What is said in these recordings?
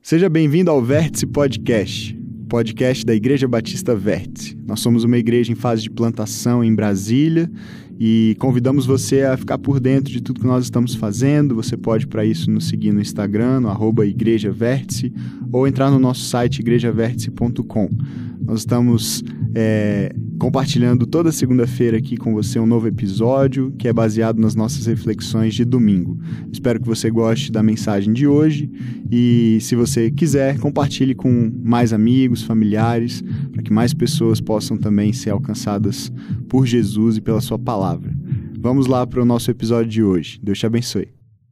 Seja bem-vindo ao Vértice Podcast, podcast da Igreja Batista Vértice. Nós somos uma igreja em fase de plantação em Brasília e convidamos você a ficar por dentro de tudo que nós estamos fazendo. Você pode, para isso, nos seguir no Instagram, no @Igreja Vértice, ou entrar no nosso site igrejavertice.com. Nós estamos compartilhando toda segunda-feira aqui com você um novo episódio que é baseado nas nossas reflexões de domingo. Espero que você goste da mensagem de hoje e, se você quiser, compartilhe com mais amigos, familiares, para que mais pessoas possam também ser alcançadas por Jesus e pela sua palavra. Vamos lá para o nosso episódio de hoje. Deus te abençoe.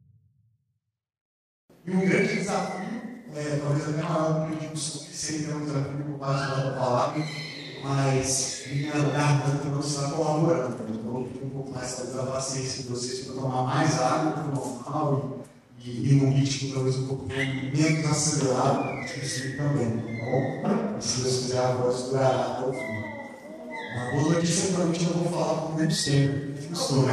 E um grande desafio, talvez até maior do que o seria um desafio por parte da palavra, mas minha garganta não está colaborando. Então, eu vou pedir um pouco mais da paciência de vocês para tomar mais água do normal e num ritmo talvez um pouco menos acelerado, para que também, tá bom? Se Deus quiser, a voz durará até o fim. A boa notícia, provavelmente eu vou falar por menos tempo, estou,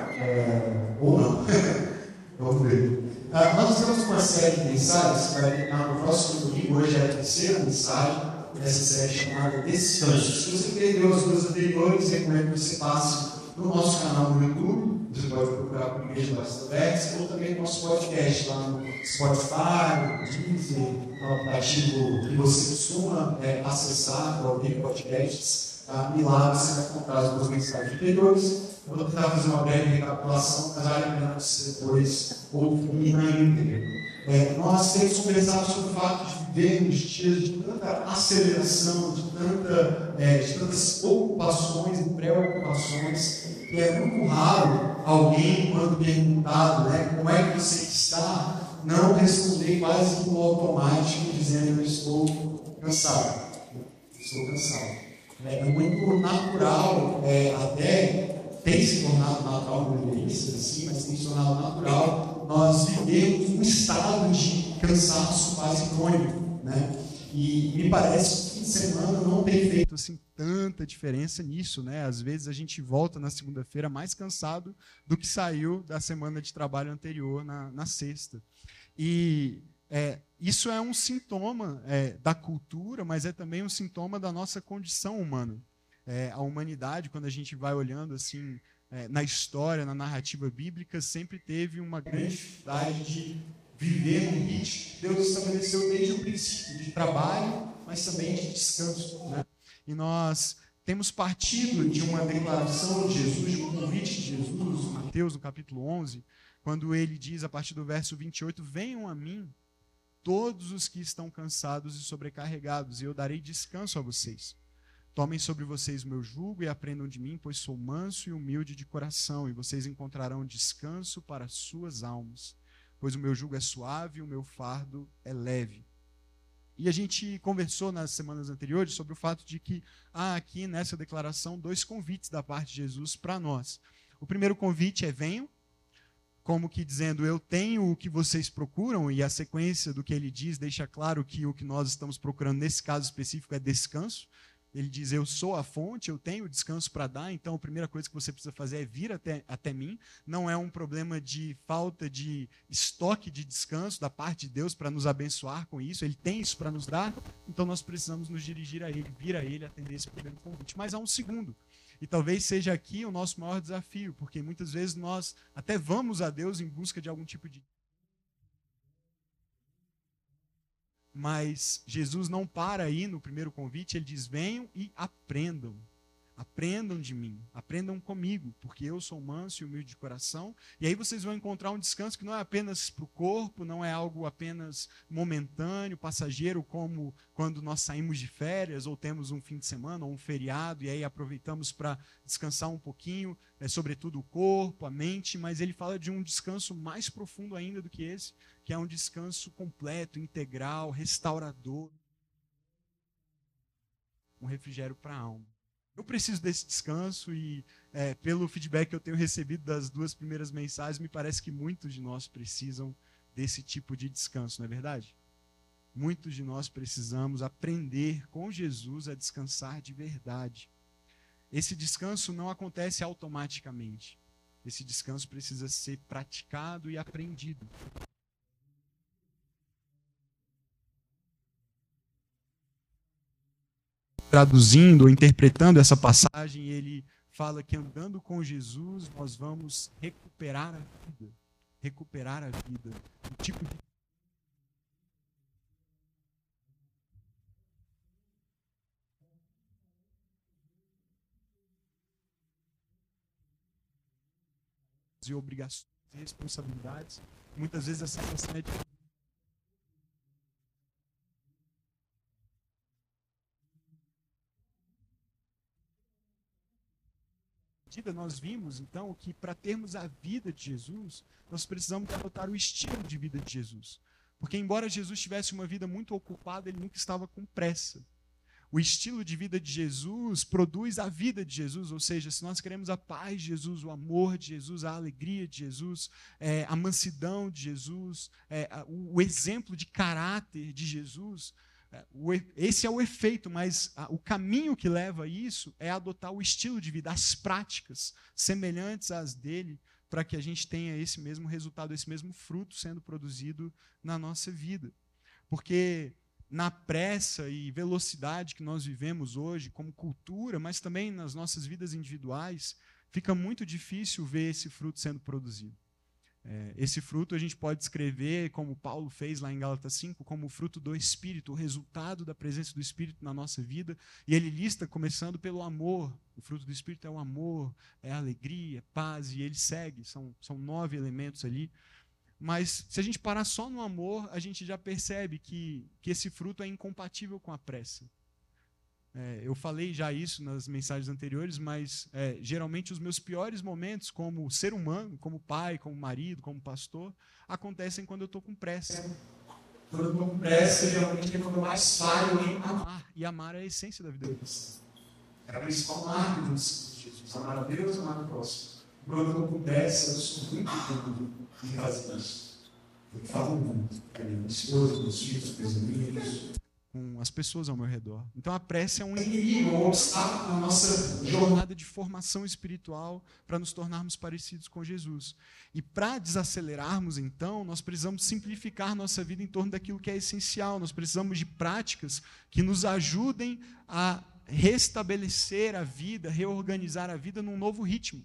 né? Ou não. Vamos ver. Nós temos uma série de mensagens que vai terminar no próximo domingo. Hoje é a terceira mensagem dessa série chamada Descanso. Se você perdeu as duas anteriores, recomendo que você passe no nosso canal no YouTube. Você pode procurar por Igreja Batista Vértice, ou também no nosso podcast lá no Spotify, no Deezer, no aplicativo que você costuma acessar para ouvir podcasts. E lá você vai encontrar as duas mensagens anteriores. Eu vou tentar fazer uma breve recapitulação, mas vale a pena você depois ouvir na íntegra. Nós temos conversado sobre o fato de vivermos dias de tanta aceleração, de tantas ocupações e preocupações, que é muito raro alguém, quando perguntado como é que você está, não responder quase que no automático, dizendo: eu estou cansado. Estou cansado. É muito natural, até tem se tornado natural no início, assim, mas tem se tornado natural nós vivemos um estado de cansaço quase crônico, né? E me parece que o fim de semana não tem feito assim tanta diferença nisso, né? Às vezes a gente volta na segunda-feira mais cansado do que saiu da semana de trabalho anterior na sexta. E isso é um sintoma da cultura, mas é também um sintoma da nossa condição humana. A humanidade, quando a gente vai olhando assim na história, na narrativa bíblica, sempre teve uma grande dificuldade de viver num ritmo que Deus estabeleceu desde o princípio, de trabalho, mas também de descanso, né? E nós temos partido de uma declaração de Jesus, de um convite de Jesus, Mateus, no capítulo 11, quando ele diz, a partir do verso 28, venham a mim todos os que estão cansados e sobrecarregados, e eu darei descanso a vocês. Tomem sobre vocês o meu jugo e aprendam de mim, pois sou manso e humilde de coração, e vocês encontrarão descanso para as suas almas. Pois o meu jugo é suave e o meu fardo é leve. E a gente conversou nas semanas anteriores sobre o fato de que há aqui nessa declaração dois convites da parte de Jesus para nós. O primeiro convite é: venham, como que dizendo, eu tenho o que vocês procuram, e a sequência do que ele diz deixa claro que o que nós estamos procurando nesse caso específico é descanso. Ele diz, eu sou a fonte, eu tenho descanso para dar, então a primeira coisa que você precisa fazer é vir até mim. Não é um problema de falta de estoque de descanso da parte de Deus para nos abençoar com isso, ele tem isso para nos dar, então nós precisamos nos dirigir a ele, vir a ele, atender esse primeiro convite. Mas há um segundo, e talvez seja aqui o nosso maior desafio, porque muitas vezes nós até vamos a Deus em busca de algum tipo de... Mas Jesus não para aí no primeiro convite, ele diz, venham e aprendam. Aprendam de mim, aprendam comigo, porque eu sou manso e humilde de coração. E aí vocês vão encontrar um descanso que não é apenas para o corpo, não é algo apenas momentâneo, passageiro, como quando nós saímos de férias, ou temos um fim de semana, ou um feriado, e aí aproveitamos para descansar um pouquinho, sobretudo o corpo, a mente, mas ele fala de um descanso mais profundo ainda do que esse, que é um descanso completo, integral, restaurador, um refrigério para a alma. Eu preciso desse descanso e pelo feedback que eu tenho recebido das duas primeiras mensagens, me parece que muitos de nós precisam desse tipo de descanso, não é verdade? Muitos de nós precisamos aprender com Jesus a descansar de verdade. Esse descanso não acontece automaticamente. Esse descanso precisa ser praticado e aprendido. traduzindo ou interpretando essa passagem, ele fala que andando com Jesus nós vamos recuperar a vida. Recuperar a vida. O tipo de obrigações e responsabilidades. Muitas vezes essa sensação é de nós vimos, então, que para termos a vida de Jesus, nós precisamos adotar o estilo de vida de Jesus. Porque, embora Jesus tivesse uma vida muito ocupada, ele nunca estava com pressa. O estilo de vida de Jesus produz a vida de Jesus, ou seja, se nós queremos a paz de Jesus, o amor de Jesus, a alegria de Jesus, a mansidão de Jesus, o exemplo de caráter de Jesus, esse é o efeito, mas o caminho que leva a isso é adotar o estilo de vida, as práticas semelhantes às dele, para que a gente tenha esse mesmo resultado, esse mesmo fruto sendo produzido na nossa vida. Porque na pressa e velocidade que nós vivemos hoje, como cultura, mas também nas nossas vidas individuais, fica muito difícil ver esse fruto sendo produzido. Esse fruto a gente pode descrever, como Paulo fez lá em Gálatas 5, como o fruto do Espírito, o resultado da presença do Espírito na nossa vida. E ele lista começando pelo amor. O fruto do Espírito é o amor, é a alegria, é paz, e ele segue. São 9 elementos ali. Mas se a gente parar só no amor, a gente já percebe que esse fruto é incompatível com a pressa. Eu falei já isso nas mensagens anteriores, mas geralmente os meus piores momentos como ser humano, como pai, como marido, como pastor, acontecem quando eu estou com pressa. Quando eu estou com pressa, geralmente é quando eu mais falho em amar. E amar é a essência da vida cristã. É a principal marca do discípulo de Jesus. Amar a Deus e amar o próximo. Quando eu estou com pressa, eu sou muito bom em fazer isso. Eu falo muito com a minha esposa, com meus filhos, com meus amigos, com as pessoas ao meu redor. Então a pressa é um inimigo, um obstáculo na nossa jornada de formação espiritual para nos tornarmos parecidos com Jesus. E para desacelerarmos, então, nós precisamos simplificar nossa vida em torno daquilo que é essencial. Nós precisamos de práticas que nos ajudem a restabelecer a vida, reorganizar a vida num novo ritmo.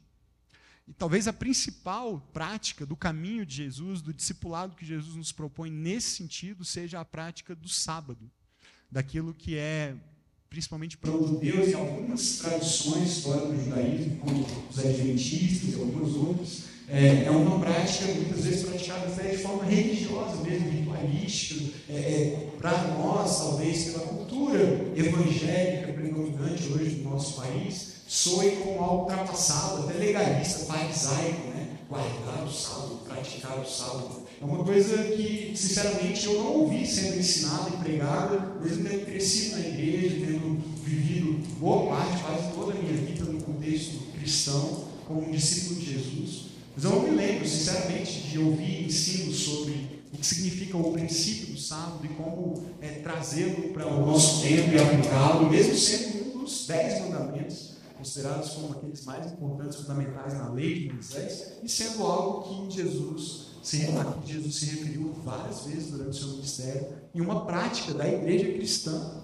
E talvez a principal prática do caminho de Jesus, do discipulado que Jesus nos propõe nesse sentido, seja a prática do sábado, daquilo que é principalmente para os judeus e algumas tradições fora do judaísmo, como os adventistas e alguns outros. É uma prática muitas vezes praticada até de forma religiosa mesmo, ritualística. Para nós, talvez pela cultura evangélica predominante hoje no nosso país, soe como algo ultrapassado, até legalista, farisaico, né? Guardar o sábado, praticar o sábado. É uma coisa que, sinceramente, eu não ouvi sendo ensinada e pregada, mesmo tendo crescido na igreja, tendo vivido boa parte, quase toda a minha vida no contexto cristão, como um discípulo de Jesus. Mas eu não me lembro, sinceramente, de ouvir ensinos sobre o que significa o princípio do sábado e como trazê-lo para o nosso tempo e aplicá-lo, mesmo sendo um dos 10 mandamentos, considerados como aqueles mais importantes, fundamentais na lei de Moisés, e sendo algo que Jesus se referiu várias vezes durante o seu ministério, e uma prática da igreja cristã,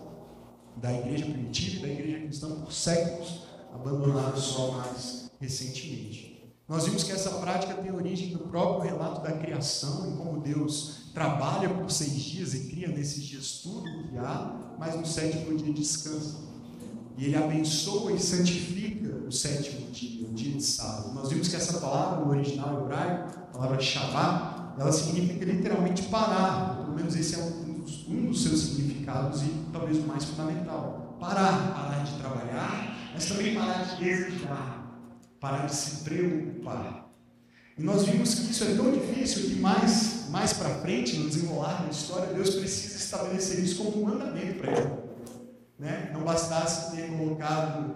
da igreja primitiva e da igreja cristã por séculos, abandonada só mais recentemente. Nós vimos que essa prática tem origem no próprio relato da criação, em como Deus trabalha por 6 dias e cria nesses dias tudo o que há, mas no 7º dia descansa. E ele abençoa e santifica o 7º dia, o dia de sábado. Nós vimos que essa palavra, no original hebraico, a palavra Shabbat, ela significa literalmente parar. Pelo menos esse é um dos seus significados e talvez o mais fundamental. Parar de trabalhar, mas também parar de desejar, parar de se preocupar. E nós vimos que isso é tão difícil que mais para frente, no desenrolar da história, Deus precisa estabelecer isso como um mandamento para ele. Né? Não bastasse ter colocado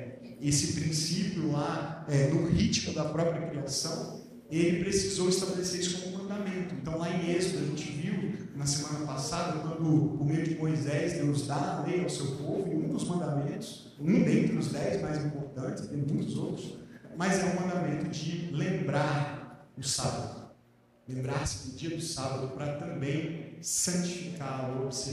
esse princípio lá no ritmo da própria criação, ele precisou estabelecer isso como um mandamento. Então, lá em Êxodo, a gente viu na semana passada, quando, por meio de Moisés, Deus dá a lei ao seu povo, e um dos mandamentos, um dentre os 10 mais importantes, tem muitos outros, mas é o mandamento de lembrar o sábado. Lembrar-se do dia do sábado para também santificá-lo, observá-lo.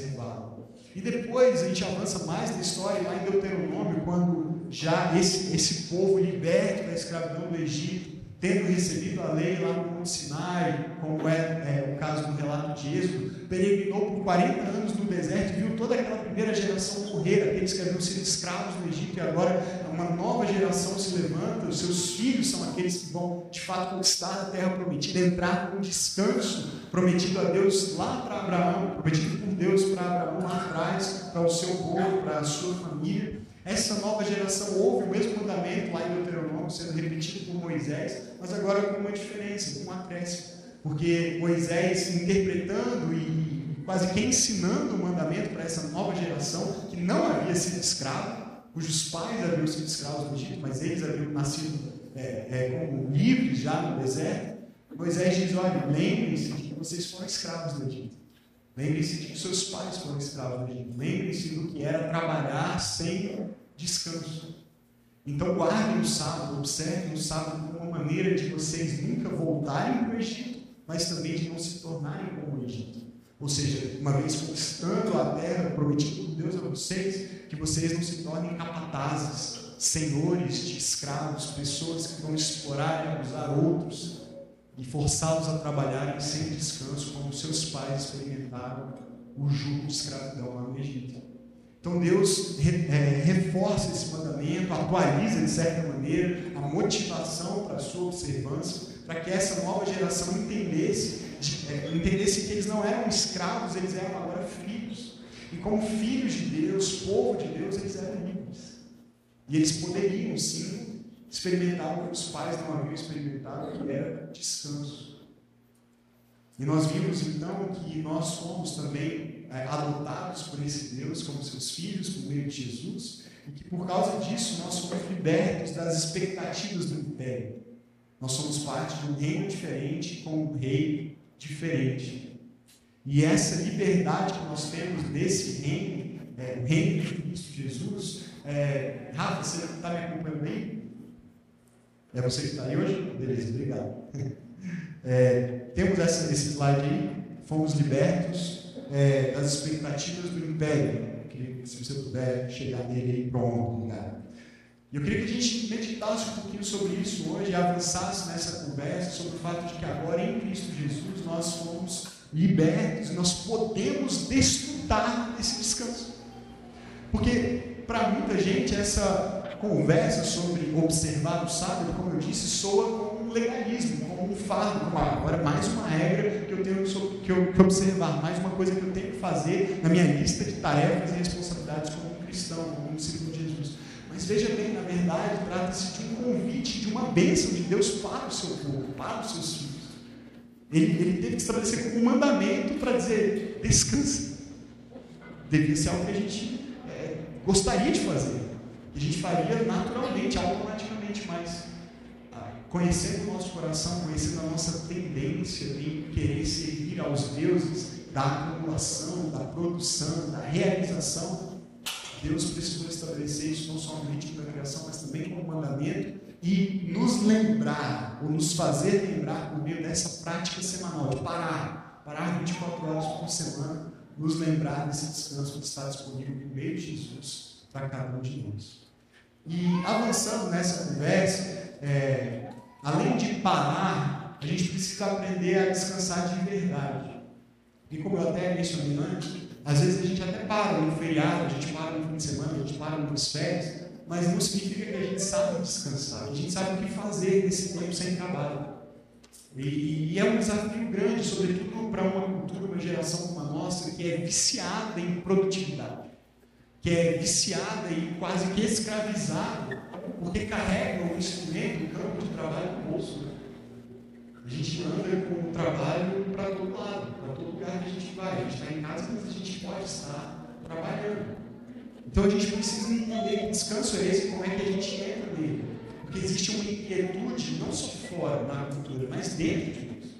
fala. E depois a gente avança mais na história, lá em Deuteronômio, quando já esse povo liberto da escravidão do Egito, tendo recebido a lei lá no Monte Sinai, como é o caso do relato de Êxodo, peregrinou por 40 anos no deserto e viu toda aquela primeira geração morrer, aqueles que haviam sido escravos no Egito, e agora uma nova geração se levanta, os seus filhos são aqueles que vão de fato conquistar a terra prometida, entrar num descanso prometido a Deus lá para Abraão, prometido por Deus para Abraão lá atrás, para o seu povo, para a sua família. Essa nova geração ouve o mesmo mandamento lá em Deuteronômio, sendo repetido por Moisés, mas agora com uma diferença, com um acréscimo. Porque Moisés, interpretando e quase que ensinando o mandamento para essa nova geração, que não havia sido escravo, cujos pais haviam sido escravos no Egito, mas eles haviam nascido como livres já no deserto, Moisés diz: olha, lembrem-se de que vocês foram escravos no Egito. Lembrem-se de que seus pais foram escravos no Egito. Lembrem-se do que era trabalhar sem descanso. Então guardem o sábado, observem o sábado como uma maneira de vocês nunca voltarem para o Egito, mas também de não se tornarem como o Egito. Ou seja, uma vez conquistando a terra prometida por Deus a vocês, que vocês não se tornem capatazes, senhores de escravos, pessoas que vão explorar e abusar outros e forçá-los a trabalharem sem descanso, como seus pais experimentaram o jugo de escravidão lá no Egito. Então Deus reforça esse mandamento, atualiza de certa maneira a motivação para a sua observância, para que essa nova geração entendesse que eles não eram escravos, eles eram agora filhos. E como filhos de Deus, povo de Deus, eles eram livres. E eles poderiam sim experimentar o que os pais não haviam experimentado, que era descanso. E nós vimos então que nós somos também adotados por esse Deus como seus filhos, por meio de Jesus, e que por causa disso nós somos libertos das expectativas do império. Nós somos parte de um reino diferente, com um rei diferente. E essa liberdade que nós temos desse reino, o reino de Cristo Jesus, Rafa, você está me acompanhando aí? É você que está aí hoje? Beleza, obrigado. Temos esse slide aí, fomos libertos das expectativas do império. Se você puder chegar nele aí, pronto, obrigado. E eu queria que a gente meditasse um pouquinho sobre isso hoje e avançasse nessa conversa sobre o fato de que agora em Cristo Jesus nós fomos libertos e nós podemos desfrutar desse descanso. Porque para muita gente essa conversa sobre observar o sábado, como eu disse, soa como um legalismo, como um fardo, como agora mais uma regra que eu tenho que observar, mais uma coisa que eu tenho que fazer na minha lista de tarefas e responsabilidades como um cristão, como um discípulo de Jesus. Mas veja bem, na verdade, trata-se de um convite, de uma bênção de Deus para o seu povo, para os seus filhos. Ele teve que estabelecer como um mandamento para dizer: descansa. Devia ser algo que a gente gostaria de fazer, que a gente faria naturalmente, automaticamente, mas conhecendo o nosso coração, conhecendo a nossa tendência em querer servir aos deuses da acumulação, da produção, da realização, Deus precisou estabelecer isso não só no ritmo da criação, mas também como mandamento, e nos lembrar, ou nos fazer lembrar por meio dessa prática semanal, de parar 24 horas por semana, nos lembrar desse descanso que está disponível por meio de Jesus para cada um de nós. E avançando nessa conversa, além de parar, a gente precisa aprender a descansar de verdade. E como eu até mencionei antes, às vezes a gente até para no feriado, a gente para no fim de semana, a gente para nas férias, mas não significa que a gente sabe descansar, a gente sabe o que fazer nesse tempo sem trabalho. E é um desafio grande, sobretudo para uma cultura, uma geração como a nossa, que é viciada em produtividade, que é viciada e quase que escravizada, porque carrega um instrumento, um campo de trabalho no bolso. A gente anda com o trabalho para todo lado, para todo lugar que a gente vai. A gente está em casa, mas a gente pode estar trabalhando. Então a gente precisa entender que descanso é esse, como é que a gente entra nele. Porque existe uma inquietude, não só fora na cultura, mas dentro de nós.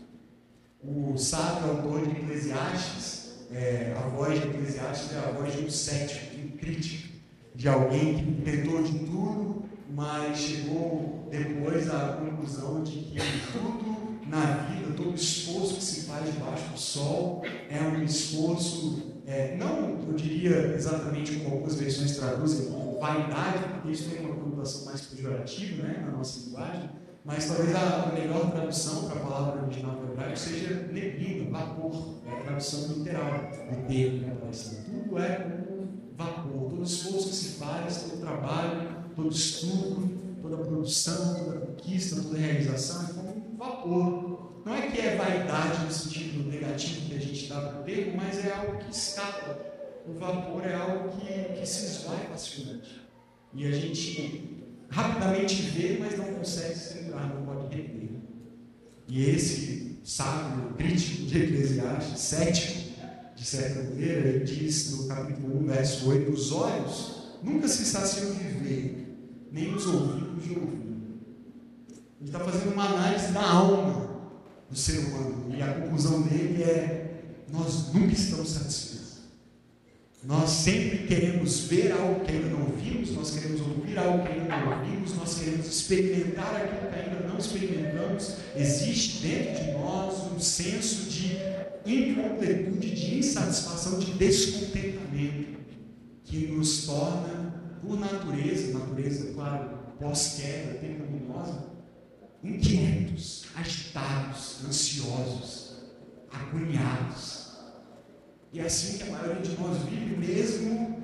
O sábio autor de Eclesiastes, a voz de Eclesiastes é a voz de um cético, de um crítico, de alguém que tentou de tudo, mas chegou depois à conclusão de que tudo na vida, todo esforço que se faz debaixo do sol é um esforço, não, eu diria seria exatamente como algumas versões traduzem, como vaidade, porque isso tem uma conotação mais pejorativa, né, na nossa linguagem, mas talvez a melhor tradução para a palavra original do hebraico seja neblina, vapor, é a tradução literal do termo que aparece. Tudo é como vapor, todo esforço que se faz, todo trabalho, todo estudo, toda produção, toda conquista, toda realização é como um vapor. Não é que é vaidade no sentido negativo que a gente dá para o termo, mas é algo que escapa. O vapor é algo que se esvai facilmente. E a gente rapidamente vê, mas não consegue segurar, não pode reter. E esse sábio crítico de Eclesiastes, cético, de certa maneira, ele diz no capítulo 1, verso 8, os olhos nunca se saciam de ver, nem os ouvidos de ouvir. Ele está fazendo uma análise da alma do ser humano. E a conclusão dele é: nós nunca estamos satisfeitos. Nós sempre queremos ver algo que ainda não vimos, nós queremos ouvir algo que ainda não ouvimos, nós queremos experimentar aquilo que ainda não experimentamos. Existe dentro de nós um senso de incompletude, de insatisfação, de descontentamento, que nos torna, por natureza, claro, pós-queda, pecaminosa, inquietos, agitados, ansiosos, agoniados. E é assim que a maioria de nós vive, mesmo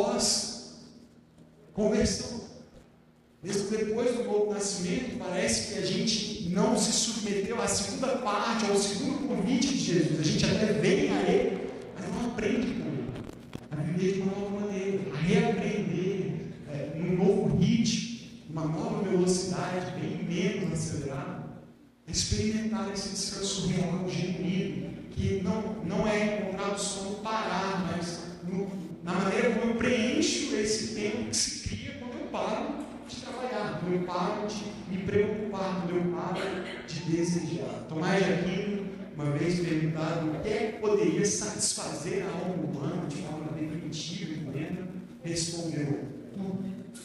pós-conversão. Mesmo depois do novo nascimento, parece que a gente não se submeteu à segunda parte, ao segundo convite de Jesus. A gente até vem a Ele, mas não aprende com Ele. A viver de uma nova maneira, a reaprender num novo ritmo, uma nova velocidade, bem menos acelerada, a experimentar esse descanso real, genuíno, que não é encontrado só no parar, mas na maneira como eu preencho esse tempo que se cria quando eu paro de trabalhar, quando eu paro de me preocupar, quando eu paro de desejar. Tomás de Aquino, uma vez perguntado o que é que poderia satisfazer a alma humana de forma definitiva e plena, respondeu: tudo.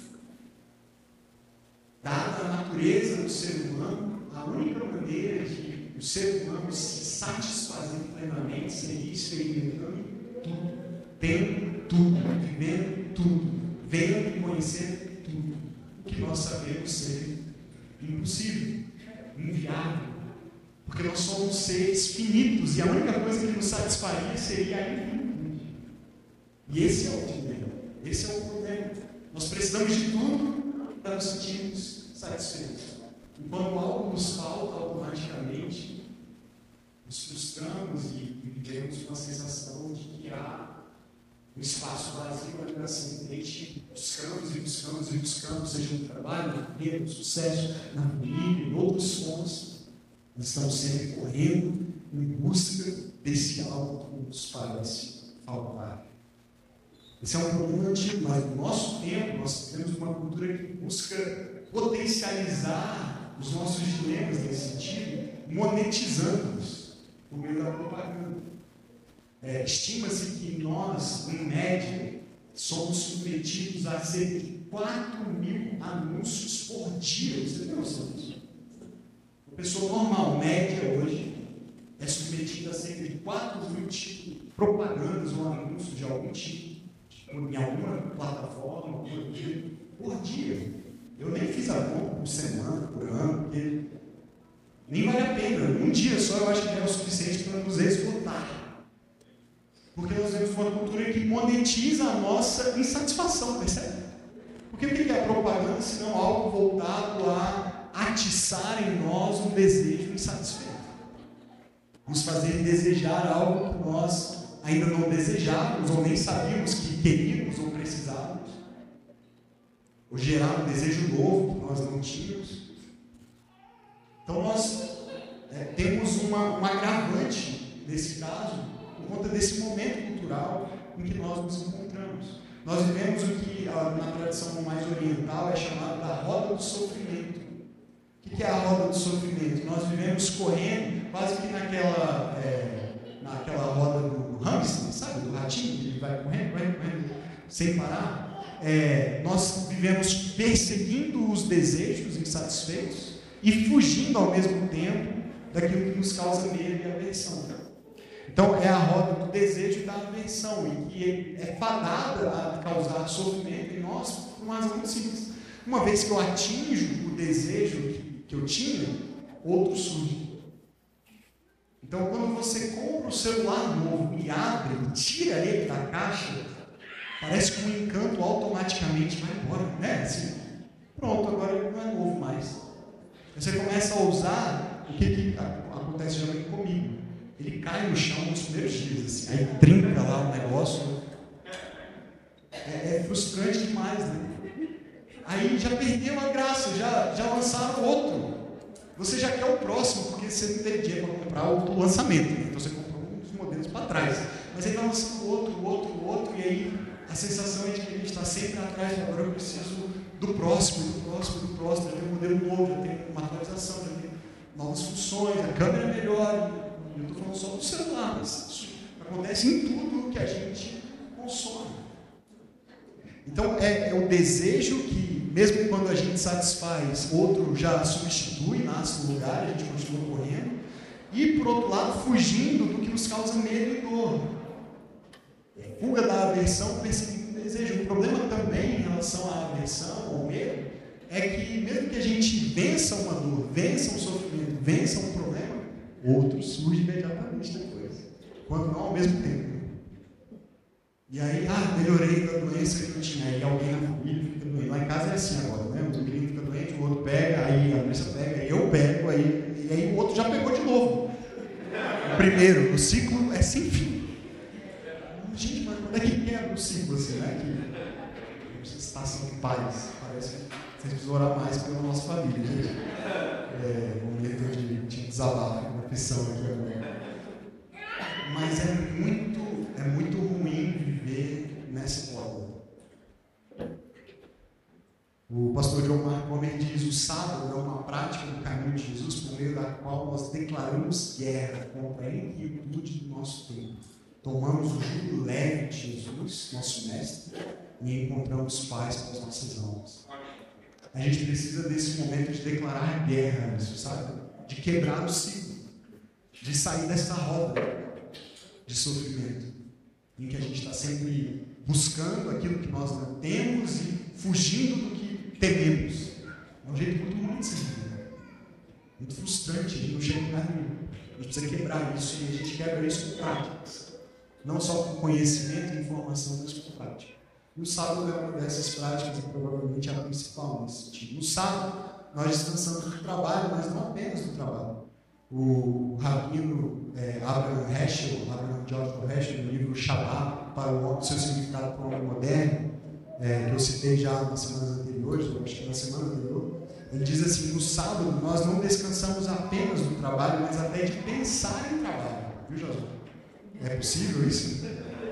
Dada a natureza do ser humano, a única maneira de o ser humano se satisfazer plenamente seria experimentando tudo, tendo tudo, vivendo tudo, vendo e conhecendo tudo, o que nós sabemos ser impossível, inviável, porque nós somos seres finitos e a única coisa que nos satisfaria seria a infinitude. E esse é o dilema, esse é o problema. Nós precisamos de tudo para nos sentirmos satisfeitos. E quando algo nos falta, automaticamente nos frustramos e vivemos uma sensação de que há um espaço vazio ali na frente. Buscamos, seja no trabalho, no emprego, no sucesso, na família, em outros pontos. Nós estamos sempre correndo em busca desse algo que nos parece faltar. Esse é um problema antigo, mas no nosso tempo nós temos uma cultura que busca potencializar os nossos dilemas nesse sentido, monetizando-os por meio da propaganda. Estima-se que nós, em média, somos submetidos a cerca de 4.000 anúncios por dia. Você tem noção disso? Uma pessoa normal, média hoje, é submetida a cerca de 4.000 tipos de propagandas ou anúncios de algum tipo, em alguma plataforma, por dia. Eu nem fiz a conta por semana, por ano, porque nem vale a pena. Um dia só eu acho que é o suficiente para nos esgotar. Porque nós temos uma cultura que monetiza a nossa insatisfação, percebe? Porque o que é a propaganda, se não algo voltado a atiçar em nós um desejo insatisfeito? Nos fazer desejar algo que nós ainda não desejávamos, ou nem sabíamos que queríamos ou precisávamos, ou gerar um desejo novo que nós não tínhamos. Então nós temos um agravante nesse caso, por conta desse momento cultural em que nós nos encontramos. Nós vivemos o que na tradição mais oriental é chamado da roda do sofrimento. O que é a roda do sofrimento? Nós vivemos correndo, quase que naquela roda do hamster, sabe? Do ratinho, que ele vai correndo, sem parar. Nós vivemos perseguindo os desejos insatisfeitos e fugindo ao mesmo tempo daquilo que nos causa medo e aversão. Então, é a roda do desejo e da aversão, e que é fadada a causar sofrimento em nós por uma razão muito simples. Uma vez que eu atinjo o desejo que eu tinha, outro surge. Então, quando você compra o celular novo e abre, e tira ele da caixa, parece que um encanto automaticamente vai embora, né? Assim, pronto, agora ele não é novo mais. Você começa a usar, o que acontece geralmente comigo? Ele cai no chão nos primeiros dias, assim, aí trinca lá o negócio. É frustrante demais, né? Aí já perdeu a graça, já lançaram outro. Você já quer o próximo, porque você não teve dinheiro para comprar o lançamento, né? Então você comprou uns modelos para trás. Mas aí vai lançando outro, e aí a sensação é de que a gente está sempre atrás, agora eu preciso do próximo. Já tem um modelo novo, já tem uma atualização, já tem novas funções, a câmera é melhor. Eu estou falando só do celular, mas isso acontece em tudo que a gente consome. Então é o desejo que, mesmo quando a gente satisfaz, outro já substitui, nasce no lugar, a gente continua correndo. E, por outro lado, fugindo do que nos causa medo e dor. Fuga da aversão, perseguindo o desejo. O problema também em relação à aversão ou medo é que, mesmo que a gente vença uma dor, vença um sofrimento, vença um problema, outro surge imediatamente depois. Quando não ao mesmo tempo. E aí, melhorei da doença que eu tinha. Aí alguém na família fica doente. Lá em casa é assim agora, né? O menino fica doente, o outro pega, aí a doença pega, aí eu pego, e aí o outro já pegou de novo. Primeiro, o ciclo é sem fim. Gente, mas quando é que quebra o ciclo assim, né? Que vocês passam de paz. Parece que vocês precisam orar mais pela nossa família, gente. Momento de desabafo, uma opção aqui agora. Mas é muito ruim viver nessa roda. O pastor John Mark Comer diz: o sábado é uma prática do caminho de Jesus por meio da qual nós declaramos guerra contra a inquietude do nosso tempo. Tomamos o jugo leve de Jesus, nosso mestre, e encontramos paz para as nossas almas. A gente precisa desse momento de declarar guerra, isso, sabe? De quebrar o ciclo, de sair dessa roda de sofrimento, em que a gente está sempre buscando aquilo que nós não temos e fugindo do que tememos. É um jeito muito ruim de se viver, muito frustrante, a gente não chega em lugar nenhum. A gente precisa quebrar isso, e a gente quebra isso com práticas, não só com conhecimento e informação, mas com prática. E o sábado é uma dessas práticas, e provavelmente a principal nesse sentido. No sábado, nós descansamos do trabalho, mas não apenas do trabalho. O rabino Abraham George Heschel, no livro Shabbat, para o seu significado para o homem moderno, que eu citei já nas semanas anteriores, ou acho que na semana anterior, ele diz assim: no sábado nós não descansamos apenas do trabalho, mas até de pensar em trabalho. Viu, Josué? É possível isso?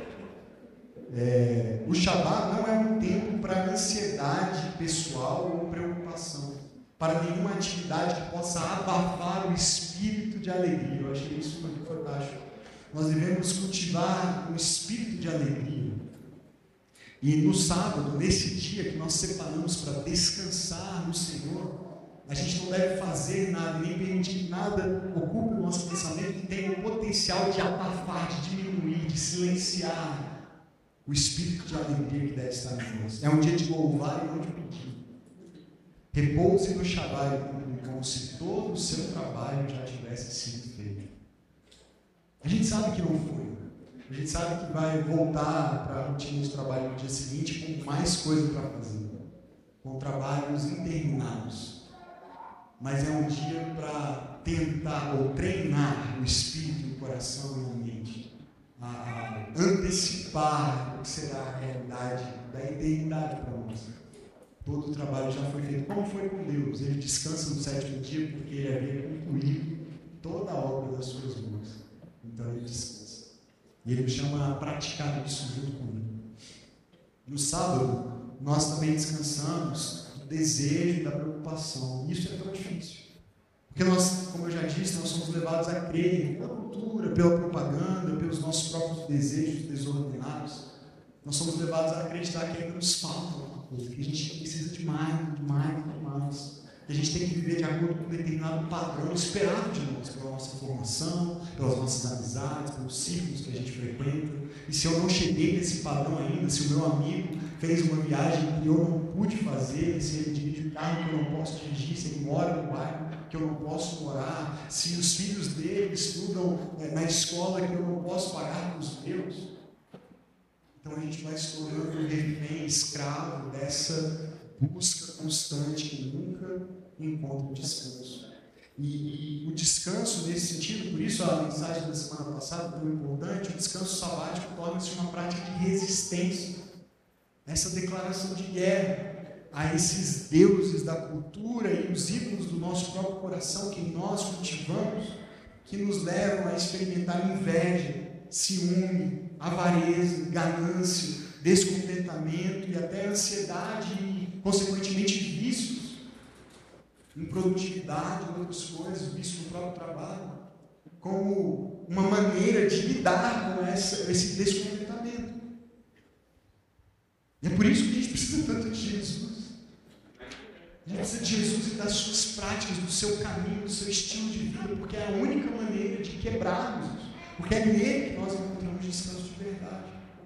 O Shabbat não é um tempo para ansiedade pessoal ou preocupação, para nenhuma atividade que possa abafar o espírito de alegria. Eu achei isso muito fantástico. Nós devemos cultivar o espírito de alegria. E no sábado, nesse dia que nós separamos para descansar no Senhor, a gente não deve fazer nada, nem permitir que nada ocupe o nosso pensamento que tenha o potencial de abafar, de diminuir, de silenciar o espírito de alegria que deve estar em nós. É um dia de louvar e não de pedir. Repouse no Shabbat, como se todo o seu trabalho já tivesse sido feito. A gente sabe que não foi. A gente sabe que vai voltar para a rotina de trabalho no dia seguinte com mais coisa para fazer, com trabalhos intermináveis. Mas é um dia para tentar ou treinar o espírito, o coração e a mente a antecipar o que será a realidade da eternidade para nós. Todo o trabalho já foi feito. Como foi com Deus? Ele descansa no sétimo dia porque ele havia concluído toda a obra das suas mãos. Então ele descansa. E ele me chama a praticar isso junto comigo. No sábado, nós também descansamos do desejo e da preocupação. E isso é tão difícil. Porque nós, como eu já disse, nós somos levados a crer pela cultura, pela propaganda, pelos nossos próprios desejos desordenados. Nós somos levados a acreditar que ainda nos falta alguma coisa, que a gente precisa de mais. que a gente tem que viver de acordo com um determinado padrão esperado de nós, pela nossa formação, pelas nossas amizades, pelos círculos que a gente frequenta. E se eu não cheguei nesse padrão ainda, se o meu amigo fez uma viagem que eu não pude fazer, se ele dirige um carro que eu não posso dirigir, se ele mora no bairro que eu não posso morar, se os filhos dele estudam na escola que eu não posso pagar com os meus, então a gente vai se tornando refém, escravo dessa busca constante que nunca encontra descanso. E o descanso, nesse sentido, por isso a mensagem da semana passada foi importante, o descanso sabático torna-se uma prática de resistência, essa declaração de guerra a esses deuses da cultura e os ídolos do nosso próprio coração que nós cultivamos, que nos levam a experimentar inveja, ciúme, avareza, ganância, descontentamento e até ansiedade e, consequentemente, vícios, improdutividade e outras coisas, vício no próprio trabalho, como uma maneira de lidar com esse descontentamento. E é por isso que a gente precisa tanto de Jesus. A gente precisa de Jesus e das suas práticas, do seu caminho, do seu estilo de vida, porque é a única maneira de quebrarmos isso. Porque é nele que nós encontramos descanso de verdade.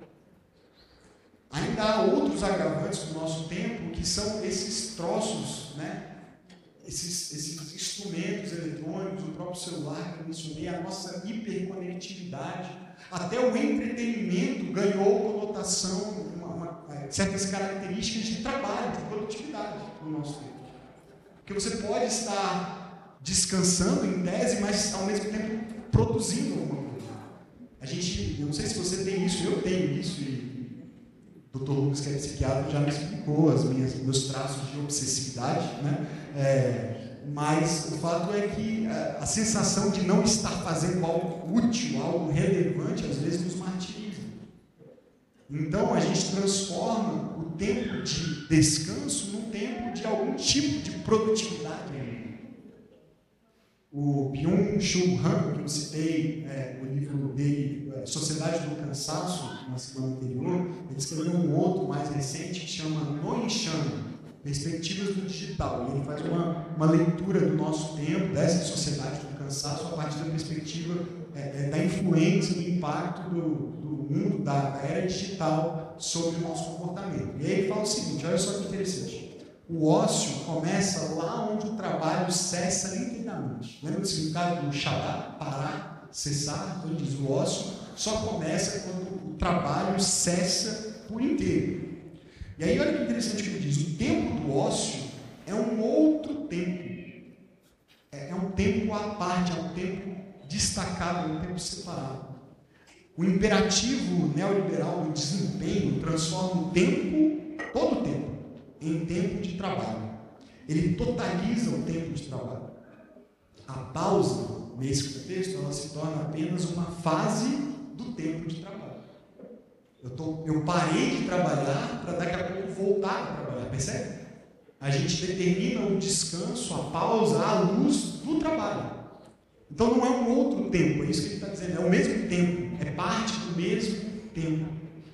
Ainda há outros agravantes do nosso tempo, que são esses troços, né? Esses instrumentos eletrônicos, o próprio celular que eu mencionei, a nossa hiperconectividade. Até o entretenimento ganhou conotação, certas características de trabalho, de produtividade no nosso tempo. Porque você pode estar descansando em tese, mas ao mesmo tempo produzindo alguma coisa. Eu não sei se você tem isso, eu tenho isso, e o Dr. Lucas, que é psiquiatra, já me explicou meus traços de obsessividade, né? Mas o fato é que a sensação de não estar fazendo algo útil, algo relevante, às vezes nos martiriza. Então a gente transforma o tempo de descanso num tempo de algum tipo de produtividade. O Byung-Chul Han, que eu citei no livro dele, Sociedade do Cansaço, na semana anterior, ele escreveu um outro mais recente que chama Noin-Shan, Perspectivas do Digital. E ele faz uma leitura do nosso tempo, dessa sociedade do cansaço, a partir da perspectiva da influência, do impacto do mundo, da era digital sobre o nosso comportamento. E aí ele fala o seguinte, olha só que interessante. O ócio começa lá onde o trabalho cessa inteiramente. Lembra do significado do Shabbat? Parar, cessar? Então ele diz, o ócio só começa quando o trabalho cessa por inteiro. E aí olha que interessante que ele diz, o tempo do ócio é um outro tempo. É um tempo à parte, é um tempo destacado, é um tempo separado. O imperativo neoliberal do desempenho transforma o tempo, todo o tempo, em tempo de trabalho. Ele totaliza o tempo de trabalho. A pausa, nesse contexto, ela se torna apenas uma fase do tempo de trabalho. Eu parei de trabalhar para daqui a pouco voltar a trabalhar, percebe? A gente determina o descanso, a pausa, à luz do trabalho. Então não é um outro tempo, é isso que ele está dizendo, é o mesmo tempo, é parte do mesmo tempo.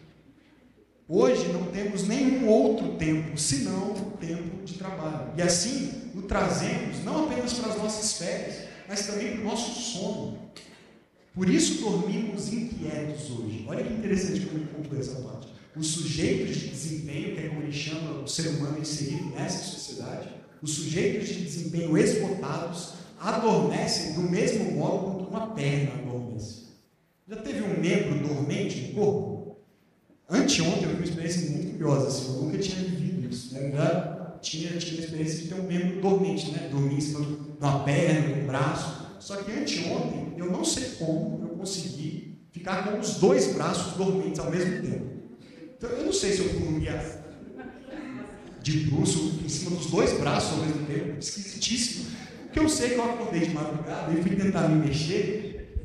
Hoje não temos nenhum outro tempo, senão o tempo de trabalho. E assim o trazemos não apenas para as nossas férias, mas também para o nosso sono. Por isso dormimos inquietos hoje. Olha que interessante como ele conclui essa parte. Os sujeitos de desempenho, que é como ele chama o ser humano inserido nessa sociedade, os sujeitos de desempenho esgotados adormecem do mesmo modo quanto uma perna adormece. Já teve um membro dormente no corpo? Anteontem eu vi uma experiência muito curiosa, assim, eu nunca tinha vivido isso. Né? Eu já tinha a experiência de ter um membro dormente, né? Dormir em cima de uma perna, de um braço. Só que anteontem, eu não sei como eu consegui ficar com os dois braços dormentes ao mesmo tempo. Então, eu não sei se eu dormia de bruço em cima dos dois braços ao mesmo tempo, esquisitíssimo. Porque eu sei que eu acordei de madrugada e fui tentar me mexer.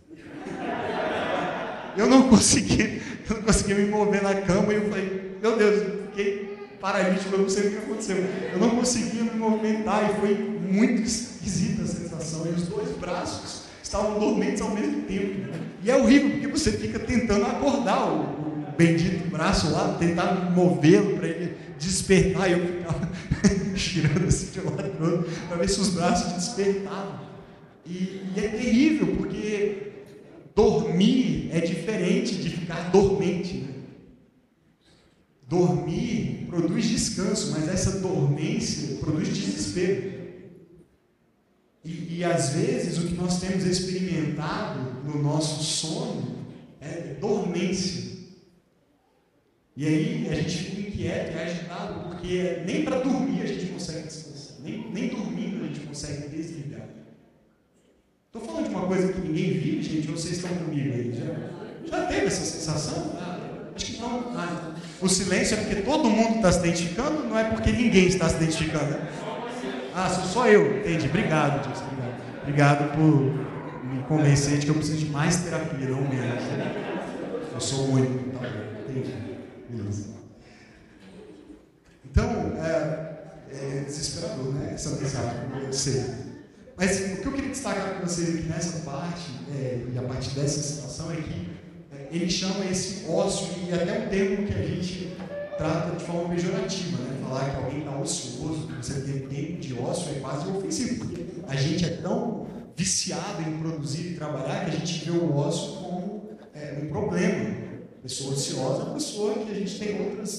Eu não conseguia me mover na cama e eu falei, meu Deus, eu fiquei paralítico, eu não sei o que aconteceu. Eu não conseguia me movimentar e foi muito esquisita a sensação. E os dois braços estavam dormentes ao mesmo tempo. E é horrível, porque você fica tentando acordar o bendito braço lá, tentar movê-lo para ele despertar. E eu ficava girando assim de um lado para o outro, para ver se os braços despertavam. E é terrível, porque dormir é diferente de ficar dormente, né? Dormir produz descanso, mas essa dormência produz desespero. E às vezes o que nós temos experimentado no nosso sono é dormência. E aí a gente fica inquieto e agitado, porque nem para dormir a gente consegue descansar, nem dormindo a gente consegue desligar. Estou falando de uma coisa que ninguém vive, gente, ou vocês estão comigo aí? Já teve essa sensação? Acho que não. O silêncio é porque todo mundo está se identificando, não é porque ninguém está se identificando. Né? Sou só eu, entendi. Obrigado, Deus. Obrigado por me convencer de que eu preciso de mais terapia, não menos. Eu sou o único, tá bom. Entendi. Beleza. Então, é desesperador, né? Essa mensagem, como eu sei. Mas o que eu queria destacar com vocês aqui nessa parte, e a partir dessa situação, é que ele chama esse ócio, e até um termo que a gente trata de forma pejorativa, né? Falar que alguém está ocioso, que você tem tempo de ócio, é quase ofensivo, porque a gente é tão viciado em produzir e trabalhar que a gente vê o ócio como um problema. Pessoa ociosa é uma pessoa que a gente tem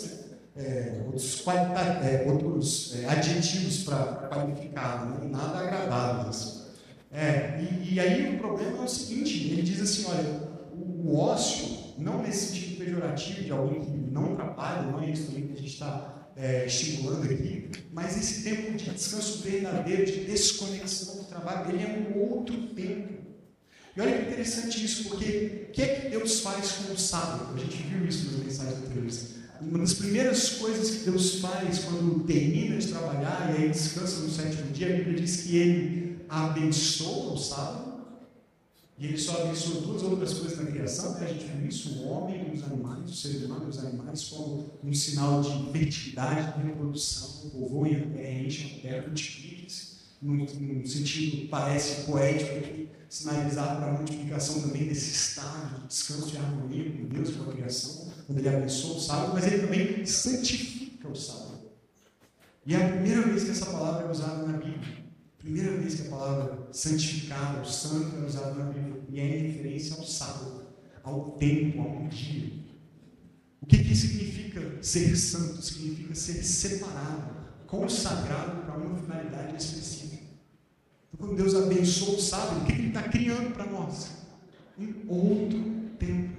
outros adjetivos para qualificar, né? Nada agradáveis. E aí o problema é o seguinte, ele diz assim, olha, o ócio, não nesse sentido pejorativo de alguém que não trabalha, não é isso também que a gente está estimulando aqui, mas esse tempo de descanso verdadeiro, de desconexão do trabalho, ele é um outro tempo. E olha que interessante isso, porque o que é que Deus faz com o sábado? A gente viu isso nas mensagens anteriores. Uma das primeiras coisas que Deus faz quando termina de trabalhar e aí descansa no sétimo dia, a Bíblia diz que Ele abençoa o sábado, e Ele só abençoa duas outras coisas na criação, que a gente viu isso, o homem e os animais, o ser humano e os animais, como um sinal de fertilidade, de reprodução, povoem a terra, enchem a terra, multipliquem-se, num sentido parece poético aqui, sinalizar para a multiplicação também desse estado de descanso e harmonia com Deus, com a criação, quando Ele abençoa o sábado, mas Ele também santifica o sábado. E é a primeira vez que essa palavra é usada na Bíblia. Primeira vez que a palavra santificada, o santo, é usada na Bíblia. E é em referência ao sábado, ao tempo, ao dia. O que significa ser santo? Significa ser separado, consagrado para uma finalidade específica. Então, quando Deus abençoa o sábado, o que Ele está criando para nós? Um outro tempo.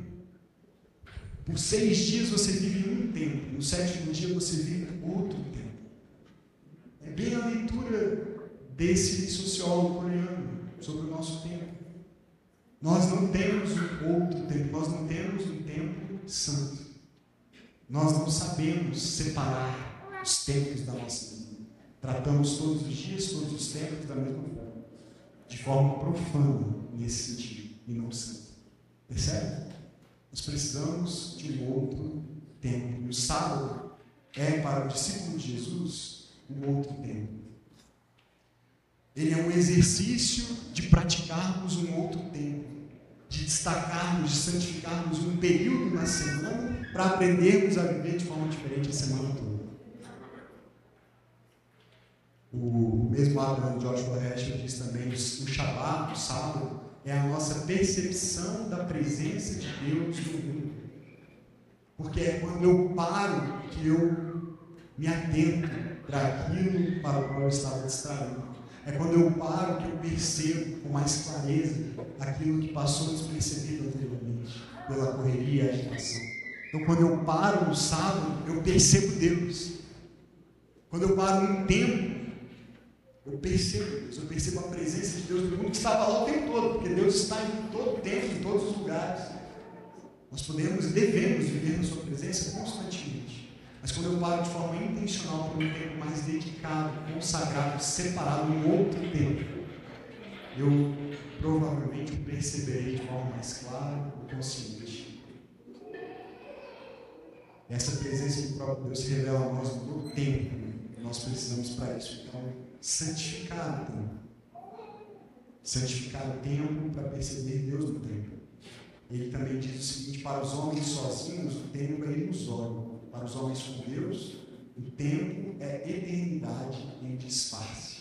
Por 6 dias você vive um tempo, no 7º dia você vive outro tempo. É bem a leitura desse sociólogo coreano sobre o nosso tempo. Nós não temos um outro tempo, nós não temos um tempo santo. Nós não sabemos separar os tempos da nossa vida. Tratamos todos os dias, todos os tempos da mesma forma, de forma profana nesse sentido, e não santa. Percebe? Nós precisamos de um outro tempo. E o sábado é, para o discípulo de Jesus, um outro tempo. Ele é um exercício de praticarmos um outro tempo, de destacarmos, de santificarmos um período na semana para aprendermos a viver de forma diferente a semana toda. O mesmo Abraham Joshua Heschel diz também, o Shabat, o sábado, é a nossa percepção da presença de Deus no mundo. Porque é quando eu paro que eu me atento para aquilo para o qual eu estava distraído. É quando eu paro que eu percebo com mais clareza aquilo que passou despercebido anteriormente, pela correria e agitação. Então, quando eu paro no sábado, eu percebo Deus. Quando eu paro num tempo, eu percebo Deus, eu percebo a presença de Deus no mundo que estava lá o tempo todo, porque Deus está em todo o tempo, em todos os lugares. Nós podemos e devemos viver na sua presença constantemente. Mas quando eu paro de forma intencional por um tempo mais dedicado, consagrado, separado em outro tempo, eu provavelmente o perceberei de forma mais clara e consciente. Essa presença do próprio Deus se revela a nós no tempo. Nós precisamos para isso. Então, santificar o tempo. Santificar o tempo para perceber Deus no tempo. Ele também diz o seguinte: para os homens sozinhos, o tempo é ilusório. Para os homens com Deus, O tempo é eternidade em disfarce.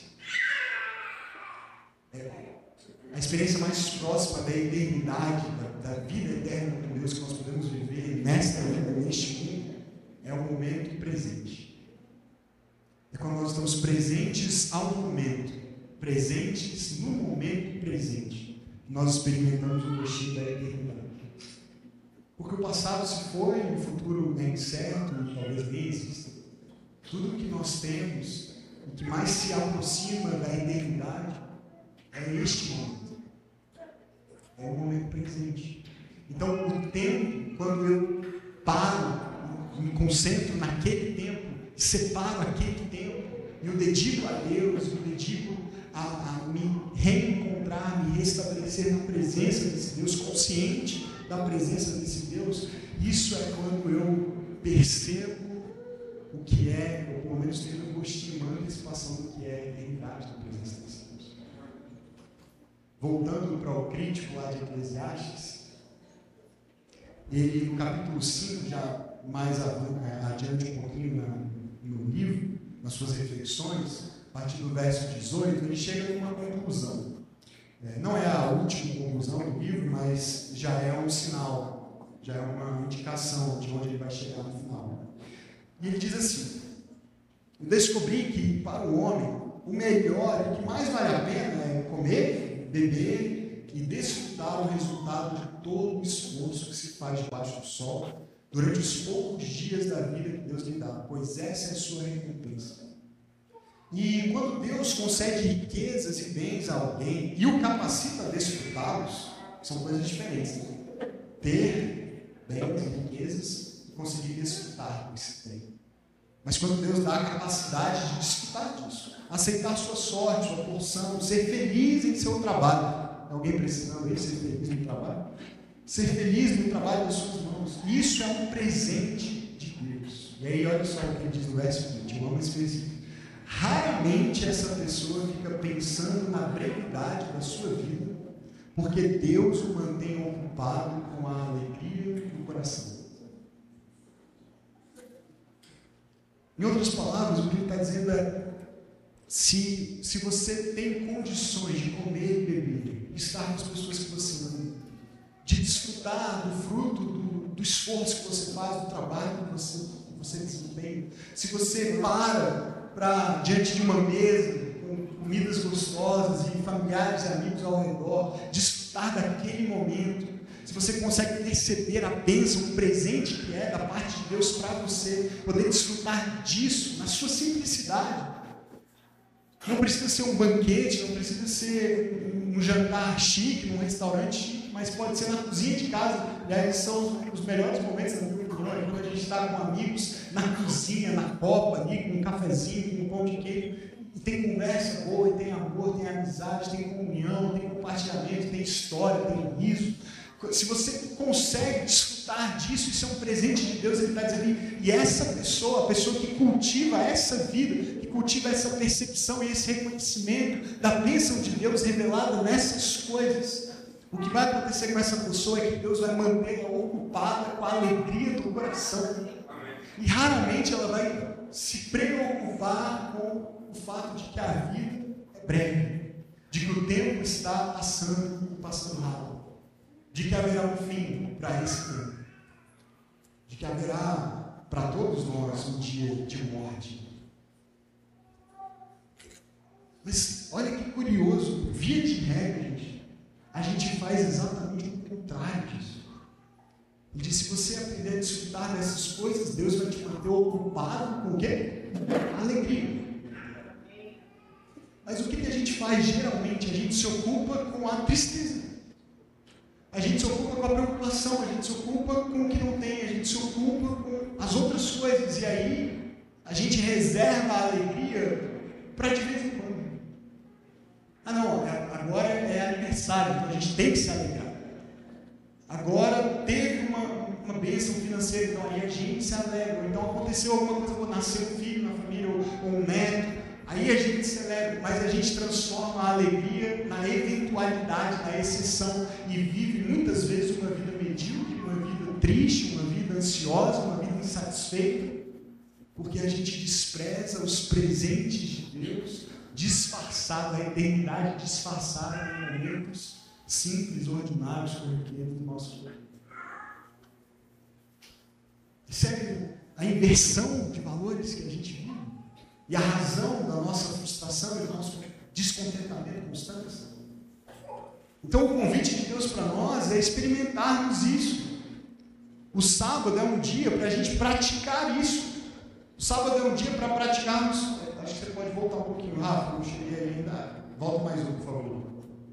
A experiência mais próxima da eternidade, da vida eterna com Deus que nós podemos viver nesta vida, neste mundo, é o momento presente. É quando nós estamos presentes ao momento, presentes no momento presente, nós experimentamos o gostinho da eternidade. Porque o passado se foi, o futuro é incerto, talvez nem exista. Tudo que nós temos, o que mais se aproxima da eternidade, é este momento. É o momento presente. Então, o tempo, quando eu paro, me concentro naquele tempo, separo aquele tempo, e o dedico a Deus, o dedico a me reencontrar, me restabelecer na presença desse Deus, consciente da presença desse Deus, isso é quando eu percebo o que é, ou pelo menos tenho um gostinho, uma antecipação do que é a eternidade da presença desse Deus. Voltando para o crítico lá de Eclesiastes, ele no capítulo 5, já mais adiante um pouquinho no livro, nas suas reflexões, a partir do verso 18, ele chega a uma conclusão. Não é a última conclusão do livro, mas já é um sinal, já é uma indicação de onde ele vai chegar no final. E ele diz assim: descobri que para o homem o melhor e o que mais vale a pena é comer, beber e desfrutar o resultado de todo o esforço que se faz debaixo do sol durante os poucos dias da vida que Deus lhe dá, pois essa é a sua recompensa. E quando Deus concede riquezas e bens a alguém e o capacita a desfrutá-los, são coisas diferentes, né? Ter bens e riquezas e conseguir desfrutar desse bem. Mas quando Deus dá a capacidade de desfrutar disso, aceitar sua sorte, sua porção, ser feliz em seu trabalho. Alguém precisando aí ser feliz no trabalho? Ser feliz no trabalho das suas mãos. Isso é um presente de Deus. E aí olha só o que ele diz no verso 20, eu amo esse versículo. Raramente essa pessoa fica pensando na brevidade da sua vida, porque Deus o mantém ocupado com a alegria do coração. Em outras palavras, o que ele está dizendo é: se você tem condições de comer e beber, de estar com as pessoas que você ama, de desfrutar do fruto do esforço que você faz, do trabalho que você desempenha, se você para diante de uma mesa com comidas gostosas e familiares e amigos ao redor, desfrutar daquele momento, se você consegue perceber a bênção, o presente que é da parte de Deus para você, poder desfrutar disso na sua simplicidade. Não precisa ser um banquete, não precisa ser um jantar chique, num restaurante chique, mas pode ser na cozinha de casa. Aliás, são os melhores momentos da vida, quando a gente está com amigos na cozinha, na copa, ali, com um cafezinho, com um pão de queijo, e tem conversa boa, e tem amor, tem amizade, tem comunhão, tem compartilhamento, tem história, tem riso. Se você consegue desfrutar disso, isso é um presente de Deus. Ele está dizendo, e essa pessoa, a pessoa que cultiva essa vida, que cultiva essa percepção e esse reconhecimento da bênção de Deus revelada nessas coisas, o que vai acontecer com essa pessoa é que Deus vai mantê-la ocupada com a alegria do coração. E raramente ela vai se preocupar com o fato de que a vida é breve, de que o tempo está passando rápido, de que haverá um fim para esse tempo, de que haverá para todos nós um dia de morte. Mas olha que curioso, via de regra, a gente faz exatamente o contrário disso. Ele diz, se você aprender a desfrutar dessas coisas, Deus vai te manter ocupado com o quê? Alegria. Mas o que a gente faz geralmente? A gente se ocupa com a tristeza. A gente se ocupa com a preocupação, a gente se ocupa com o que não tem, a gente se ocupa com as outras coisas. E aí, a gente reserva a alegria para de vez em quando. Ah não, agora é aniversário, então a gente tem que se alegrar. Agora teve uma bênção financeira, então aí a gente se alegra. Então aconteceu alguma coisa, nasceu um filho na família, ou um neto, aí a gente celebra, mas a gente transforma a alegria na eventualidade, na exceção, e vive muitas vezes uma vida medíocre, uma vida triste, uma vida ansiosa, uma vida insatisfeita. Porque a gente despreza os presentes de Deus, disfarçado, a eternidade disfarçada em momentos simples, ordinários, corriqueiros do nosso corpo. Percebe a inversão de valores que a gente vive? E a razão da nossa frustração e do nosso descontentamento constante? Então o convite de Deus para nós é experimentarmos isso. O sábado é um dia para a gente praticar isso. O sábado é um dia para praticarmos. Acho que você pode voltar um pouquinho rápido, não cheguei ainda. Volta mais um, por favor.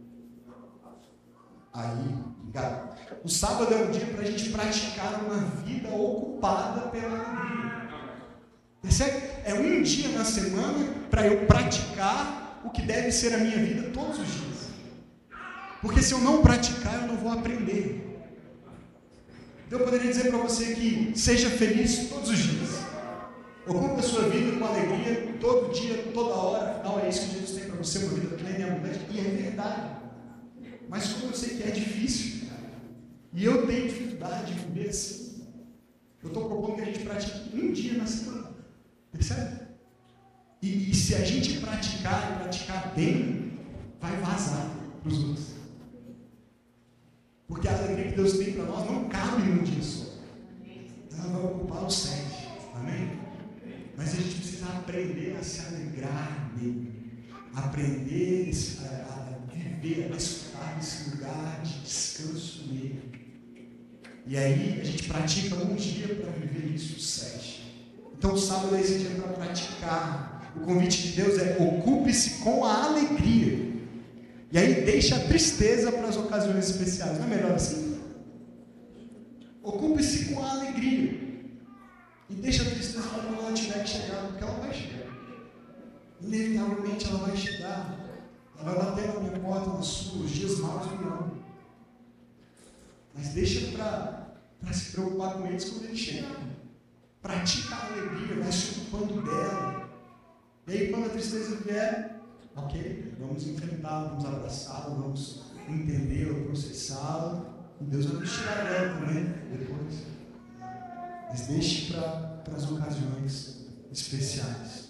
Aí, obrigado. O sábado é um dia para a gente praticar uma vida ocupada pela alegria. Percebe? É um dia na semana para eu praticar o que deve ser a minha vida todos os dias. Porque se eu não praticar, eu não vou aprender. Então eu poderia dizer para você que seja feliz todos os dias. Ocupe a sua vida com alegria, todo dia, toda hora. Afinal, é isso que Jesus tem para você, uma vida plena e abundante. E é verdade. Mas como eu sei que é difícil, e eu tenho dificuldade de viver assim, eu estou propondo que a gente pratique um dia na semana. Percebe? E se a gente praticar e praticar bem, vai vazar para os outros. Porque a alegria que Deus tem para nós não cabe num dia só. Ela vai ocupar os 7. Amém? Mas a gente precisa aprender a se alegrar nele. Aprender a viver, a desfrutar desse lugar de descanso nele. E aí a gente pratica um dia para viver isso, os 7. Então o sábado é esse dia para praticar. O convite de Deus é: ocupe-se com a alegria. E aí deixa a tristeza para as ocasiões especiais. Não é melhor assim? Ocupe-se com a alegria. E deixa a tristeza para quando ela tiver que chegar, porque ela vai chegar. Inevitavelmente ela vai chegar. Ela vai bater na minha porta, na sua. Os dias maus virão. Mas deixa para se preocupar com eles quando eles chegarem. Pratica a alegria, vai se ocupando dela. E aí quando a tristeza vier, ok, vamos enfrentá-la, vamos abraçá-la, vamos entendê-la, processá-la. E Deus vai nos tirar dela também depois. Mas deixe para as ocasiões especiais.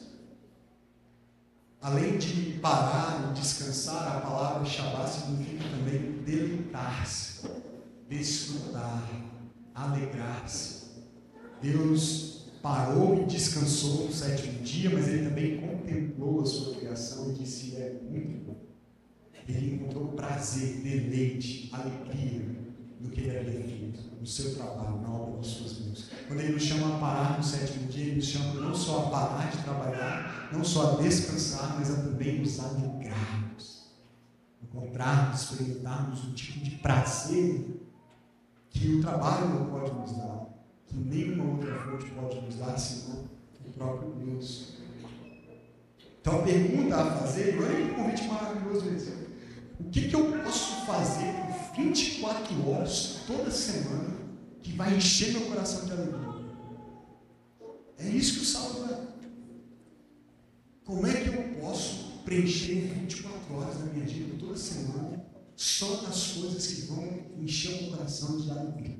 Além de parar e descansar, a palavra Shabbat significa também deleitar-se, desfrutar, alegrar-se. Deus parou e descansou no 7º dia, mas Ele também contemplou a sua criação e disse: é muito bom. Ele encontrou prazer, deleite, alegria no que Ele havia feito, no seu trabalho, na obra das suas mãos. Quando Ele nos chama a parar no 7º dia, Ele nos chama não só a parar de trabalhar, não só a descansar, mas a também nos alegrarmos, encontrarmos, experimentarmos um tipo de prazer que o trabalho não pode nos dar, que nenhuma outra fonte pode nos dar, senão o próprio Deus. Então a pergunta a fazer, olha que convite maravilhoso esse: o que eu posso fazer por 24 horas toda semana que vai encher meu coração de alegria? É isso que o sábado é. Como é que eu posso preencher 24 horas da minha vida toda semana só nas coisas que vão encher o meu coração de alegria?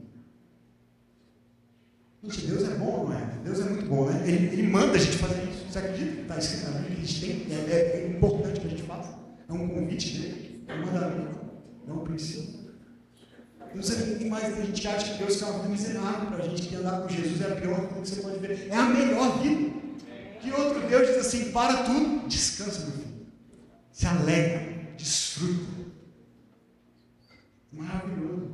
Gente, Deus é bom, não é? Deus é muito bom, né? Ele manda a gente fazer isso. Você acredita que está escrito na Bíblia que a gente tem? É importante que a gente faça. É um convite dele, é um mandamento, é um princípio. Deus é muito mais. A gente acha que Deus quer uma vida miserável para a gente, que andar com Jesus é a pior coisa que você pode ver. É a melhor vida. Que outro Deus diz assim: para tudo, descansa, meu filho. Se alegra, desfruta. Maravilhoso.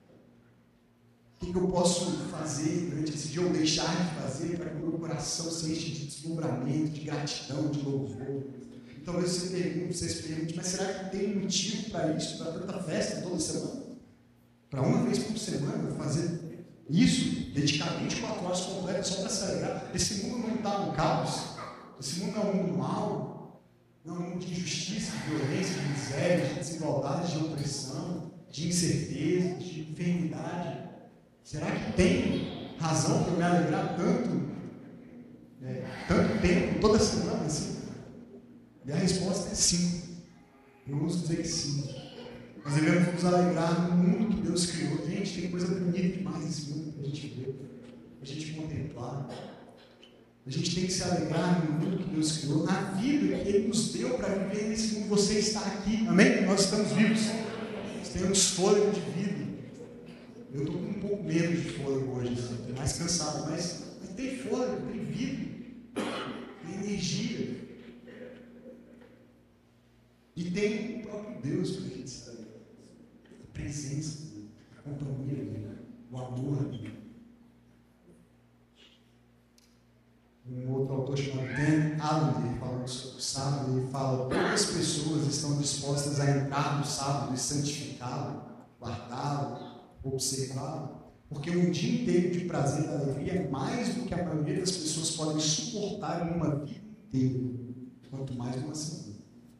O que eu posso fazer durante esse dia, ou deixar de fazer, para que o meu coração se enche de deslumbramento, de gratidão, de louvor? Talvez vocês perguntem: mas será que tem motivo para isso, para tanta festa toda semana? Para uma vez por semana fazer isso, dedicar 24 horas completas só para se alegrar? Esse mundo não está no caos, esse mundo é um mundo mau, não é um mundo de injustiça, de violência, de miséria, de desigualdade, de opressão, de incerteza, de enfermidade. Será que tem razão para eu me alegrar tanto tempo, toda semana assim? E a resposta é sim. Eu ouso dizer que sim. Nós devemos nos alegrar no mundo que Deus criou. Gente, tem coisa bonita demais nesse mundo para a gente ver, para a gente contemplar. A gente tem que se alegrar no mundo que Deus criou, na vida que Ele nos deu para viver nesse mundo. Você está aqui, amém? Nós estamos vivos, nós temos fôlego de vida. Eu estou com um pouco menos de fôlego hoje, estou mais cansado, mas tem fôlego, tem vida, tem energia. E tem o próprio Deus para a gente saber. A presença dele, a companhia dele, o amor dele. Um outro autor chamado Dan Allender, falando sobre o sábado, ele fala: poucas pessoas estão dispostas a entrar no sábado e santificá-lo, guardá-lo, observá-lo, porque um dia inteiro de prazer e alegria é mais do que a maioria das pessoas podem suportar em uma vida inteira, quanto mais uma semana.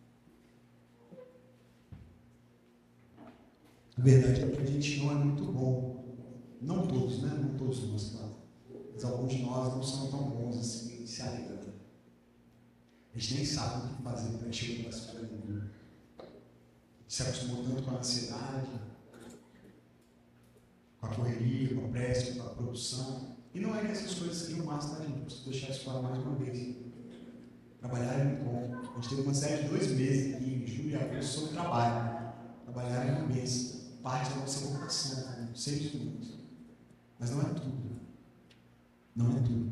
A verdade é que a gente não é muito bom. Não todos, né? Não todos nós, claro. Mas alguns de nós não são tão bons assim, se alegrando. A gente nem sabe o que fazer para encher o coração da alegria. Se acostumou tanto com a ansiedade, com a correria, com a pressa, com a produção. E não é que essas coisas sejam más, tá, gente? Preciso deixar isso claro mais uma vez. Trabalhar é muito bom. A gente teve uma série de 2 meses aqui, em julho e agosto, sobre trabalho. Trabalhar é um mês. Parte da nossa vocação, 6 minutos. Mas não é tudo. Não é tudo.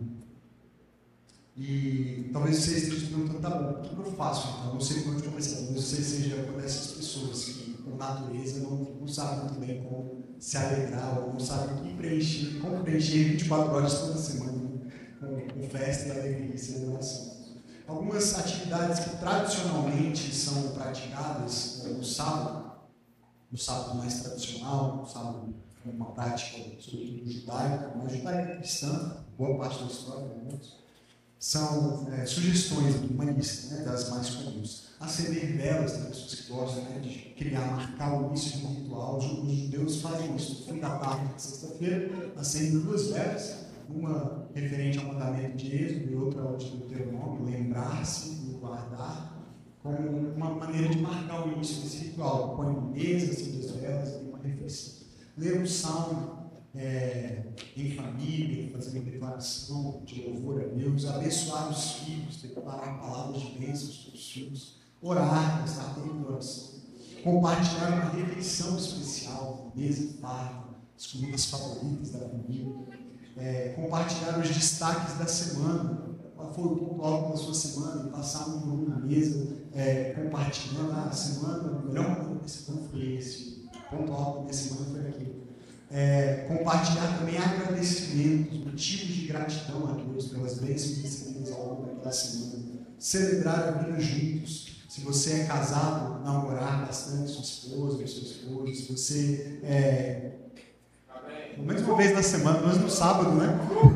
E talvez você esteja se perguntando: tá bom, o que eu faço então? Eu não sei quando começar. Talvez você seja uma dessas pessoas que, por natureza, não sabe muito bem como se alegrar, ou não sabe como preencher 24 horas toda semana com festa e alegria e celebração. Algumas atividades que tradicionalmente são praticadas no sábado mais tradicional, no sábado uma prática, sobretudo judaica, mas judaica cristã, boa parte da história, né? São sugestões de uma lista, né, das mais comuns. Acender velas, tem pessoas que gostam, né, de marcar o início de um ritual. Os judeus fazem isso no fim da tarde, na sexta-feira, acendem 2 velas, uma referente ao mandamento de Êxodo e outra ao de Deuteronômio, lembrar-se e guardar, como uma maneira de marcar o início desse ritual. Põe uma mesa, acende as velas e uma refeição. Ler um salmo em família, fazer uma declaração de louvor a Deus, abençoar os filhos, declarar palavras de bênçãos para os filhos, orar, estar tempo de oração, compartilhar uma refeição especial, mesa farta, as comidas favoritas da família, compartilhar os destaques da semana. Qual foi o ponto alto da sua semana? E passar um por um na mesa, compartilhando a semana. O melhor momento da semana foi esse, o ponto alto da minha semana foi aquilo. Compartilhar também agradecimentos, motivos de gratidão a Deus pelas bênçãos recebidas ao longo daquela semana. Celebrar a vida juntos. Se você é casado, namorar bastante sua esposa ou seu esposo. Se você pelo menos uma vez na semana, pelo menos no sábado, né?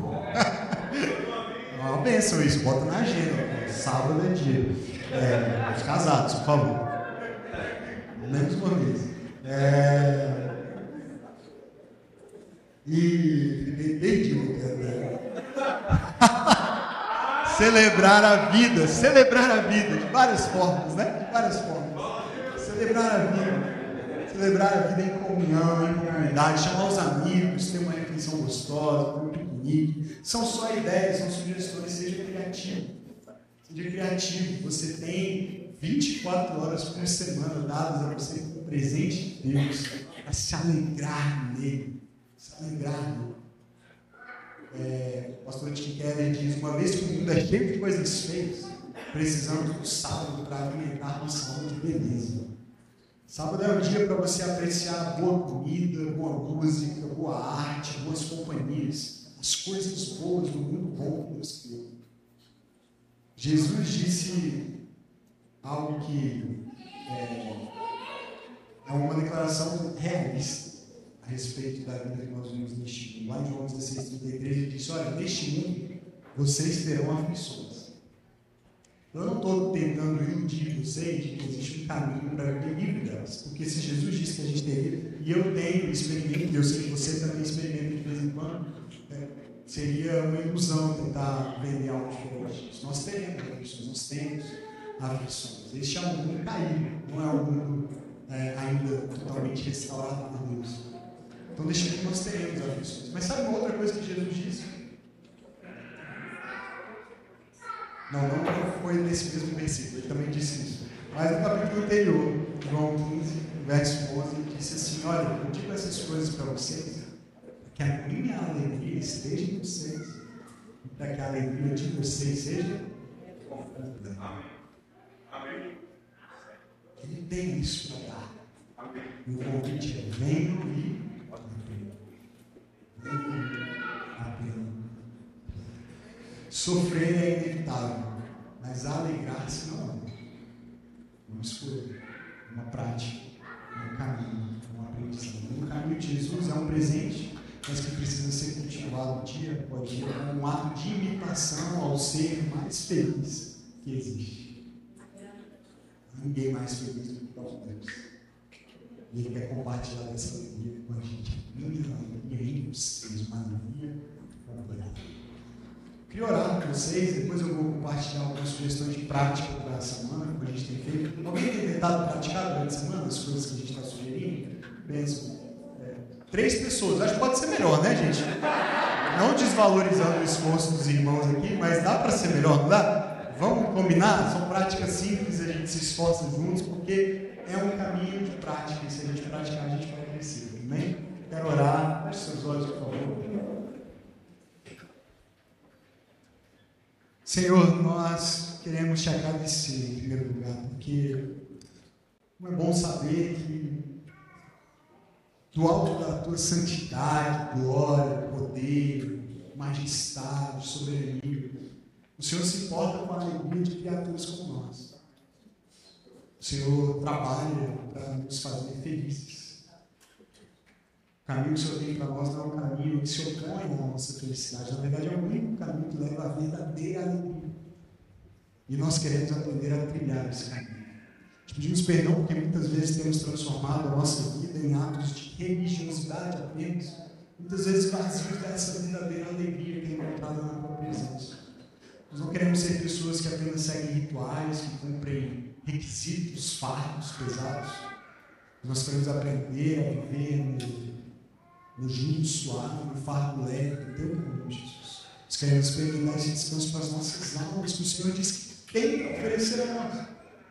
É uma bênção isso, bota na agenda. Sábado é dia. Os casados, por favor. Pelo menos uma vez. E fiquei perdido, celebrar a vida de várias formas, né? De várias formas. Celebrar a vida em comunhão, em comunidade, chamar os amigos, ter uma refeição gostosa, um piquenique. São só ideias, são sugestões. Seja criativo. Você tem 24 horas por semana dadas a você como presente de Deus, para se alegrar nele. O pastor Tim Keller diz: uma vez que o mundo é cheio de coisas feias, precisamos do sábado para alimentar nossa alma de beleza. Sábado é o dia para você apreciar boa comida, boa música, boa arte, boas companhias, as coisas boas do mundo bom que Deus criou. Jesus disse algo que é uma declaração realista a respeito da vida que nós vivemos neste mundo. Lá em João 16:33 ele disse: olha, neste mundo vocês terão aflições. Eu não estou tentando iludir vocês de que existe um caminho para viver livre delas, porque se Jesus disse que a gente teria, e eu tenho, experimento, e eu sei que você também experimenta de vez em quando, seria uma ilusão tentar vender algo diferente. Nós teremos aflições, nós temos aflições. Este é um mundo caído, não é um mundo ainda totalmente restaurado por Deus. Então, neste mundo nós teremos aflições. Mas sabe uma outra coisa que Jesus disse? Não foi nesse mesmo versículo, ele também disse isso. Mas no capítulo anterior, João 15, verso 11, ele disse assim: olha, eu digo essas coisas para vocês, que a minha alegria esteja em vocês, para que a alegria de vocês seja completa. Amém. Ele tem isso para dar. Amém. E o convite é: venham e apelo. Sofrer é inevitável, mas alegrar-se não é. Uma escolha, uma prática, um caminho, uma aprendizagem. O caminho de Jesus é um presente, mas que precisa ser cultivado dia após dia, como um ato de imitação ao ser mais feliz que existe. Ninguém mais feliz do que nós Deus. E Ele quer compartilhar dessa alegria com a gente. Minha alegria em vocês, uma alegria completa. Queria orar com vocês, depois eu vou compartilhar algumas sugestões de prática para a semana, como a gente tem feito. Alguém tem tentado praticar durante a semana as coisas que a gente está sugerindo? Penso. 3 pessoas, acho que pode ser melhor, né, gente? Não desvalorizando o esforço dos irmãos aqui, mas dá para ser melhor, não dá? Vamos combinar? São práticas simples, a gente se esforça juntos, porque é um caminho de prática, e se a gente praticar, a gente vai crescer, amém? Quero orar, feche seus olhos, por favor. Senhor, nós queremos te agradecer em primeiro lugar, porque é bom saber que do alto da tua santidade, glória, poder, majestade, soberania, o Senhor se importa com a alegria de criaturas como nós. O Senhor trabalha para nos fazer felizes. O caminho que o Senhor tem para nós não é um caminho que se opõe à nossa felicidade. Na verdade, é o único caminho que leva à verdadeira alegria. E nós queremos aprender a trilhar esse caminho. Te pedimos perdão porque muitas vezes temos transformado a nossa vida em atos de religiosidade apenas. Muitas vezes vazios dessa verdadeira alegria que é encontrada na tua presença. Nós não queremos ser pessoas que apenas seguem rituais, que cumprem requisitos, fardos pesados. Nós queremos aprender a viver no jugo suave, no fardo leve do teu caminho, Jesus. Nós queremos experimentar esse descanso para as nossas almas, que o Senhor diz que tem para oferecer a nós.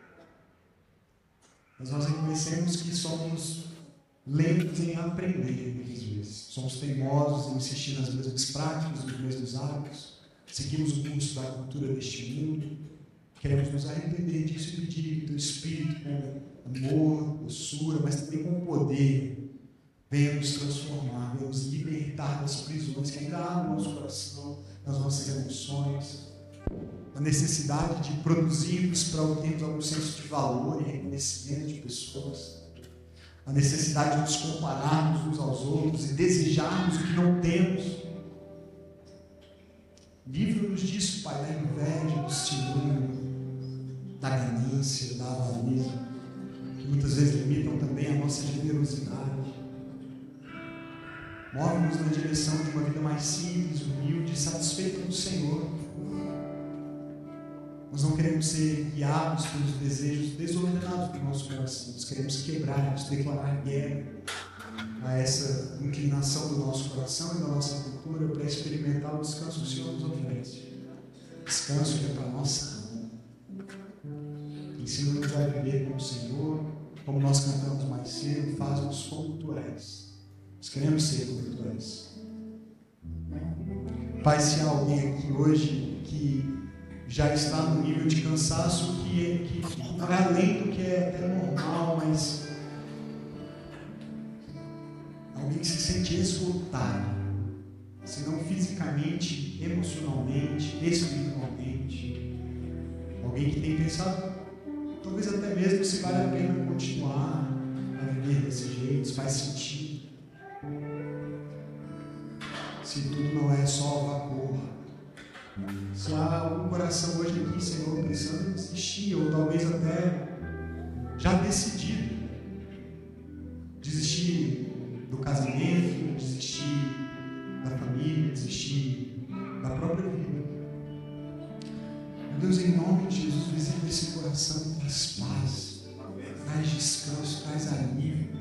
Mas nós reconhecemos que somos lentos em aprender, muitas vezes. Somos teimosos em insistir nas mesmas práticas, nos mesmos hábitos. Seguimos o curso da cultura deste mundo. Queremos nos arrepender disso e pedir que o teu Espírito, com amor, doçura, mas também com poder, venha nos transformar, venha nos libertar das prisões que ainda há no nosso coração, nas nossas emoções, a necessidade de produzirmos para obtermos algum senso de valor e reconhecimento de pessoas, a necessidade de nos compararmos uns aos outros e desejarmos o que não temos. Livra-nos disso, Pai, da inveja, do ciúme, da ganância, da avareza, que muitas vezes limitam também a nossa generosidade. Move-nos na direção de uma vida mais simples, humilde, satisfeita do Senhor. Nós não queremos ser guiados pelos desejos desordenados do nosso coração. Nós queremos quebrar, declarar guerra a essa inclinação do nosso coração e da nossa cultura para experimentar o descanso que o Senhor nos oferece. Descanso que é para a nossa alma. Ensina-nos a viver com o Senhor, como nós cantamos mais cedo, faz-nos como tu és. Nós queremos ser como tu és. Pai, se há alguém aqui hoje que já está no nível de cansaço que vai além do que é até normal, mas alguém que se sente esgotado, se não fisicamente, emocionalmente, espiritualmente, alguém que tem pensado, talvez até mesmo se vale a pena continuar a viver desse jeito, se faz sentido, se tudo não é só vapor. Se há algum coração hoje aqui, Senhor, pensando em desistir, ou talvez até já decidido, desistir do casamento, desistir da família, desistir da própria vida. Meu Deus, em nome de Jesus, visita esse coração, traz paz, traz descanso, traz alívio.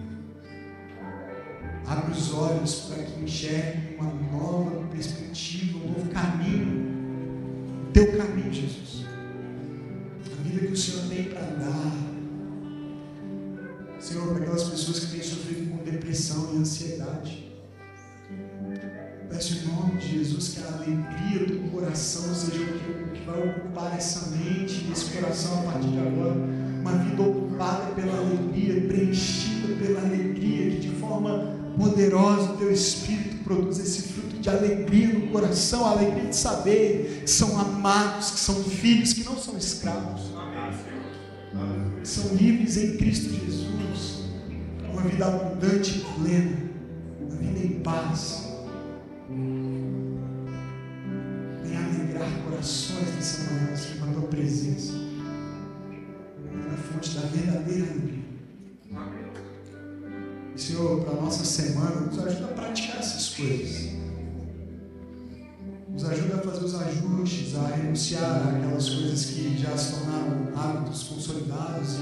Abre os olhos para que enxergue uma nova perspectiva, um novo caminho teu caminho, Jesus. A vida que o Senhor tem para dar. Senhor, para aquelas pessoas que têm sofrido com depressão e ansiedade. Peço em nome de Jesus que a alegria do coração seja o que vai ocupar essa mente e esse coração a partir de agora. Uma vida ocupada pela alegria, preenchida pela alegria, que de forma poderosa o teu Espírito produz esse fruto de alegria no coração, a alegria de saber que são amados, que são filhos, que não são escravos, que são livres em Cristo Jesus. Uma vida abundante e plena, uma vida em paz. Venha alegrar corações nessa manhã, Senhor, com a tua presença, na fonte da verdadeira alegria. E, Senhor, para a nossa semana, nos ajuda a praticar essas coisas. Nos ajuda a fazer os ajustes, a renunciar àquelas coisas que já se tornaram hábitos consolidados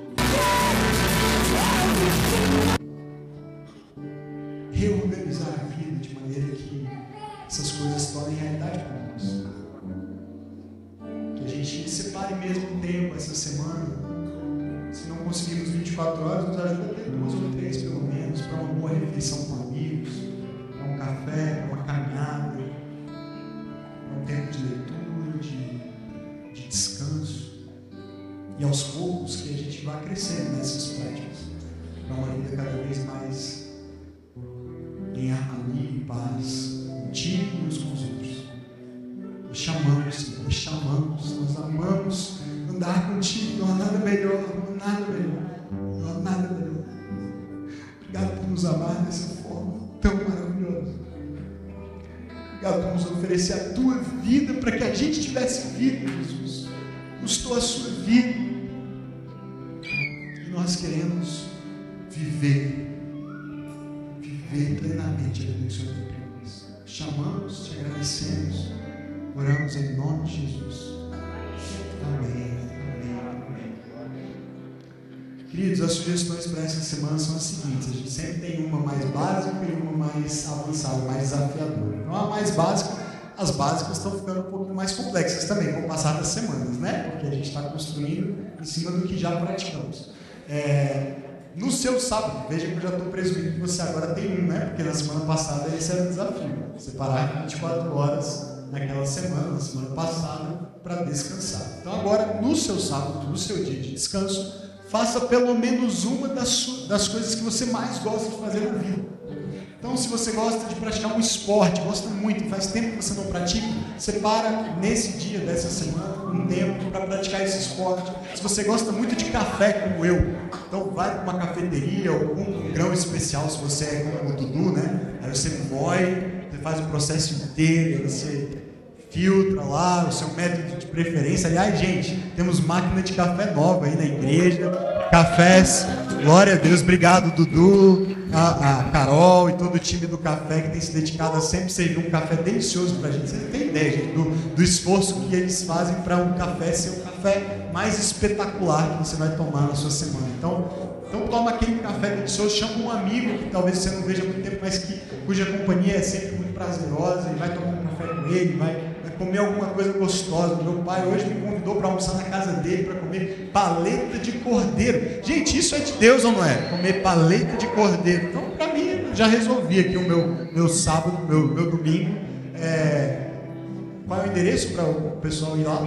e reorganizar a vida de maneira que essas coisas se tornem realidade para nós. Que a gente separe mesmo um tempo essa semana. Se não conseguimos 24 horas, nos ajuda a ter 2 ou 3 pelo menos, para uma boa refeição com amigos, para um café, para uma caminhada, para um tempo de leitura, de descanso. E aos poucos que a gente vá crescendo nessas práticas, para uma vida cada vez mais em harmonia e paz, contigo e uns com os outros. Nós chamamos, Senhor, nós chamamos, nós amamos andar contigo, não há nada melhor, não há nada melhor, não há nada melhor. Obrigado por nos amar dessa forma tão maravilhosa. Obrigado por nos oferecer a tua vida para que a gente tivesse vida, Jesus. Custou a sua vida e nós queremos viver plenamente a vida que o Senhor tem para nós. Chamamos, te agradecemos, oramos em nome de Jesus. Amém. Queridos, as sugestões para essa semana são as seguintes. A gente sempre tem uma mais básica e uma mais avançada, mais desafiadora. Então, a mais básica, as básicas estão ficando um pouco mais complexas também com o passar das semanas, né? Porque a gente está construindo em cima do que já praticamos. No seu sábado, veja que eu já estou presumindo que você agora tem um, né? Porque na semana passada esse era o desafio. Separar 24 horas naquela semana, na semana passada, para descansar. Então agora, no seu sábado, no seu dia de descanso, faça pelo menos uma das coisas que você mais gosta de fazer na vida. Então, se você gosta de praticar um esporte, gosta muito, faz tempo que você não pratica, separa nesse dia dessa semana um tempo para praticar esse esporte. Se você gosta muito de café, como eu, então vai para uma cafeteria ou um grão especial, se você é como o Dudu, né? Aí você moe, você faz o processo inteiro, aí você filtra lá o seu método de preferência. Aliás, gente, temos máquina de café nova aí na igreja, cafés, glória a Deus, obrigado Dudu, a Carol e todo o time do café que tem se dedicado a sempre servir um café delicioso pra gente. Você não tem ideia, gente, do esforço que eles fazem para um café ser o café mais espetacular que você vai tomar na sua semana. Então toma aquele café delicioso, chama um amigo que talvez você não veja há muito tempo, mas cuja companhia é sempre muito prazerosa, e vai tomar um café com ele, vai comer alguma coisa gostosa. Meu pai hoje me convidou para almoçar na casa dele, para comer paleta de cordeiro. Gente, isso é de Deus ou não é? Comer paleta de cordeiro. Então, para mim, eu já resolvi aqui o meu sábado, meu domingo. Qual é o endereço para o pessoal ir lá?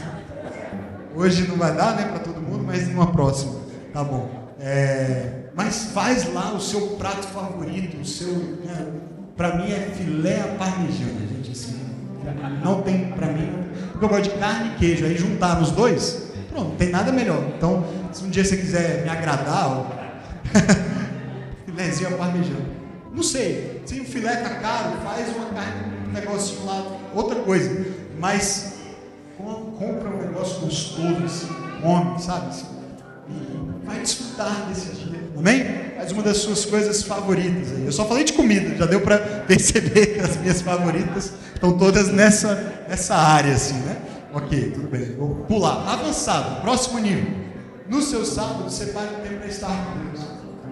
Hoje não vai dar, né, para todo mundo, mas numa próxima. Tá bom. Mas faz lá o seu prato favorito, o seu... Para mim é filé à parmegiana, gente, assim. Não tem, para mim, porque eu gosto de carne e queijo, aí juntar os dois, pronto, não tem nada melhor. Então, se um dia você quiser me agradar, filézinho à parmegiana, não sei, se o filé tá caro, faz uma carne, um negocinho lá, outra coisa, mas compra um negócio gostoso, assim, come, sabe, assim, e vai desfrutar desse dia, amém? Faz uma das suas coisas favoritas aí. Eu só falei de comida, já deu para perceber que as minhas favoritas estão todas nessa área, assim, né? Ok, tudo bem, vou pular. Avançado, próximo nível. No seu sábado, separe um tempo para estar com Deus.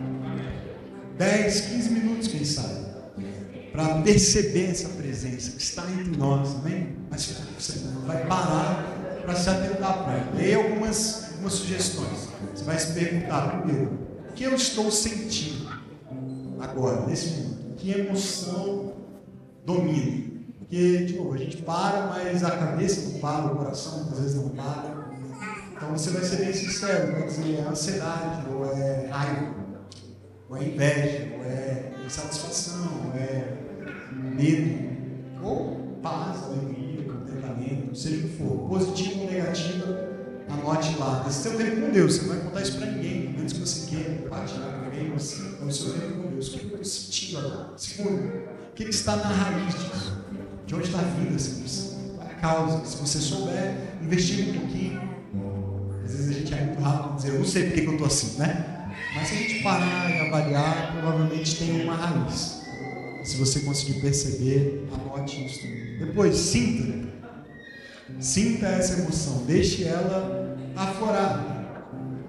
10, 15 minutos, quem sabe, para perceber essa presença que está entre nós, amém? Mas fica com você. vai parar para se atentar para ela. E aí algumas sugestões. Você vai se perguntar, primeiro, o que eu estou sentindo agora, nesse momento? Que emoção domina? Porque, de novo, a gente para, mas a cabeça não para, o coração muitas vezes não para. Então você vai ser bem sincero, vai dizer é ansiedade, ou é raiva, ou é inveja, ou é insatisfação, ou é medo, ou paz, alegria, contentamento, seja o que for, positivo ou negativa, anote lá. Esse é o tempo com Deus, você não vai contar isso para ninguém, antes que você queira compartilhar com alguém, você é o seu tempo com Deus. O que eu estou sentindo agora? Segundo, o que está na raiz disso? De onde está vindo essa emoção? Qual é a causa? Se você souber, investiga um pouquinho. Às vezes a gente é muito rápido em dizer, eu não sei porque que eu estou assim, né? Mas se a gente parar e avaliar, provavelmente tem uma raiz. Se você conseguir perceber, anote isso também. Depois, sinta. Sinta essa emoção. Deixe ela aflorar.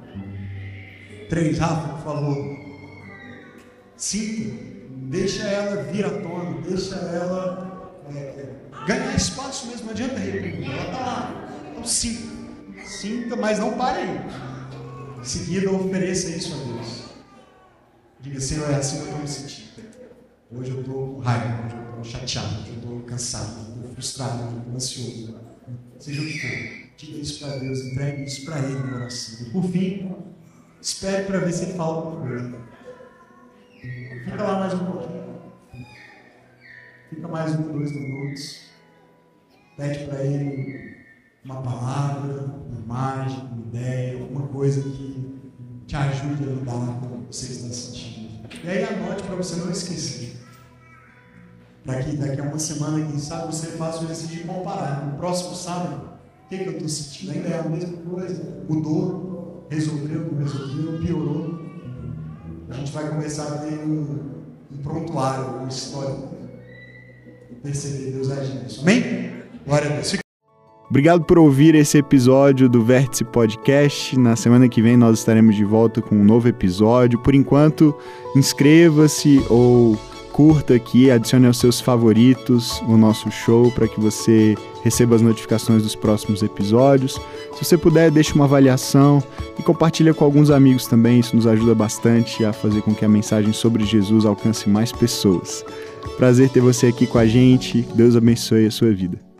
3, Rafa, por favor. Sinta. Deixa ela vir à tona. Deixa ela ganhar espaço mesmo. Não adianta reprimir. Ela está lá. Então sinta. Sinta, mas não pare aí. Em seguida, ofereça isso a Deus. Diga, Senhor, é assim que eu estou me sentindo. Hoje eu estou com raiva, hoje eu estou chateado, hoje eu estou cansado, hoje eu estou frustrado, hoje eu estou ansioso. Seja o que for, diga isso para Deus, entregue isso para Ele no oração. E por fim, espere para ver se Ele fala alguma coisa. Fica lá mais um pouquinho. Fica mais 1 ou 2 minutos. Pede para Ele uma palavra, uma imagem, uma ideia, alguma coisa que te ajude a lidar com o que você está sentindo. E aí anote para você não esquecer. Para que daqui a uma semana, quem sabe, você faça o exercício de comparar. No próximo sábado, o que eu estou sentindo? Ainda é a mesma coisa? Mudou? Resolveu? Não resolveu? Piorou? A gente vai começar a ter um prontuário, uma história. E perceber Deus agindo. Amém? Glória a Deus. Obrigado por ouvir esse episódio do Vértice Podcast. Na semana que vem nós estaremos de volta com um novo episódio. Por enquanto, inscreva-se ou curta aqui, adicione aos seus favoritos o nosso show para que você receba as notificações dos próximos episódios. Se você puder, deixe uma avaliação e compartilhe com alguns amigos também. Isso nos ajuda bastante a fazer com que a mensagem sobre Jesus alcance mais pessoas. Prazer ter você aqui com a gente. Deus abençoe a sua vida.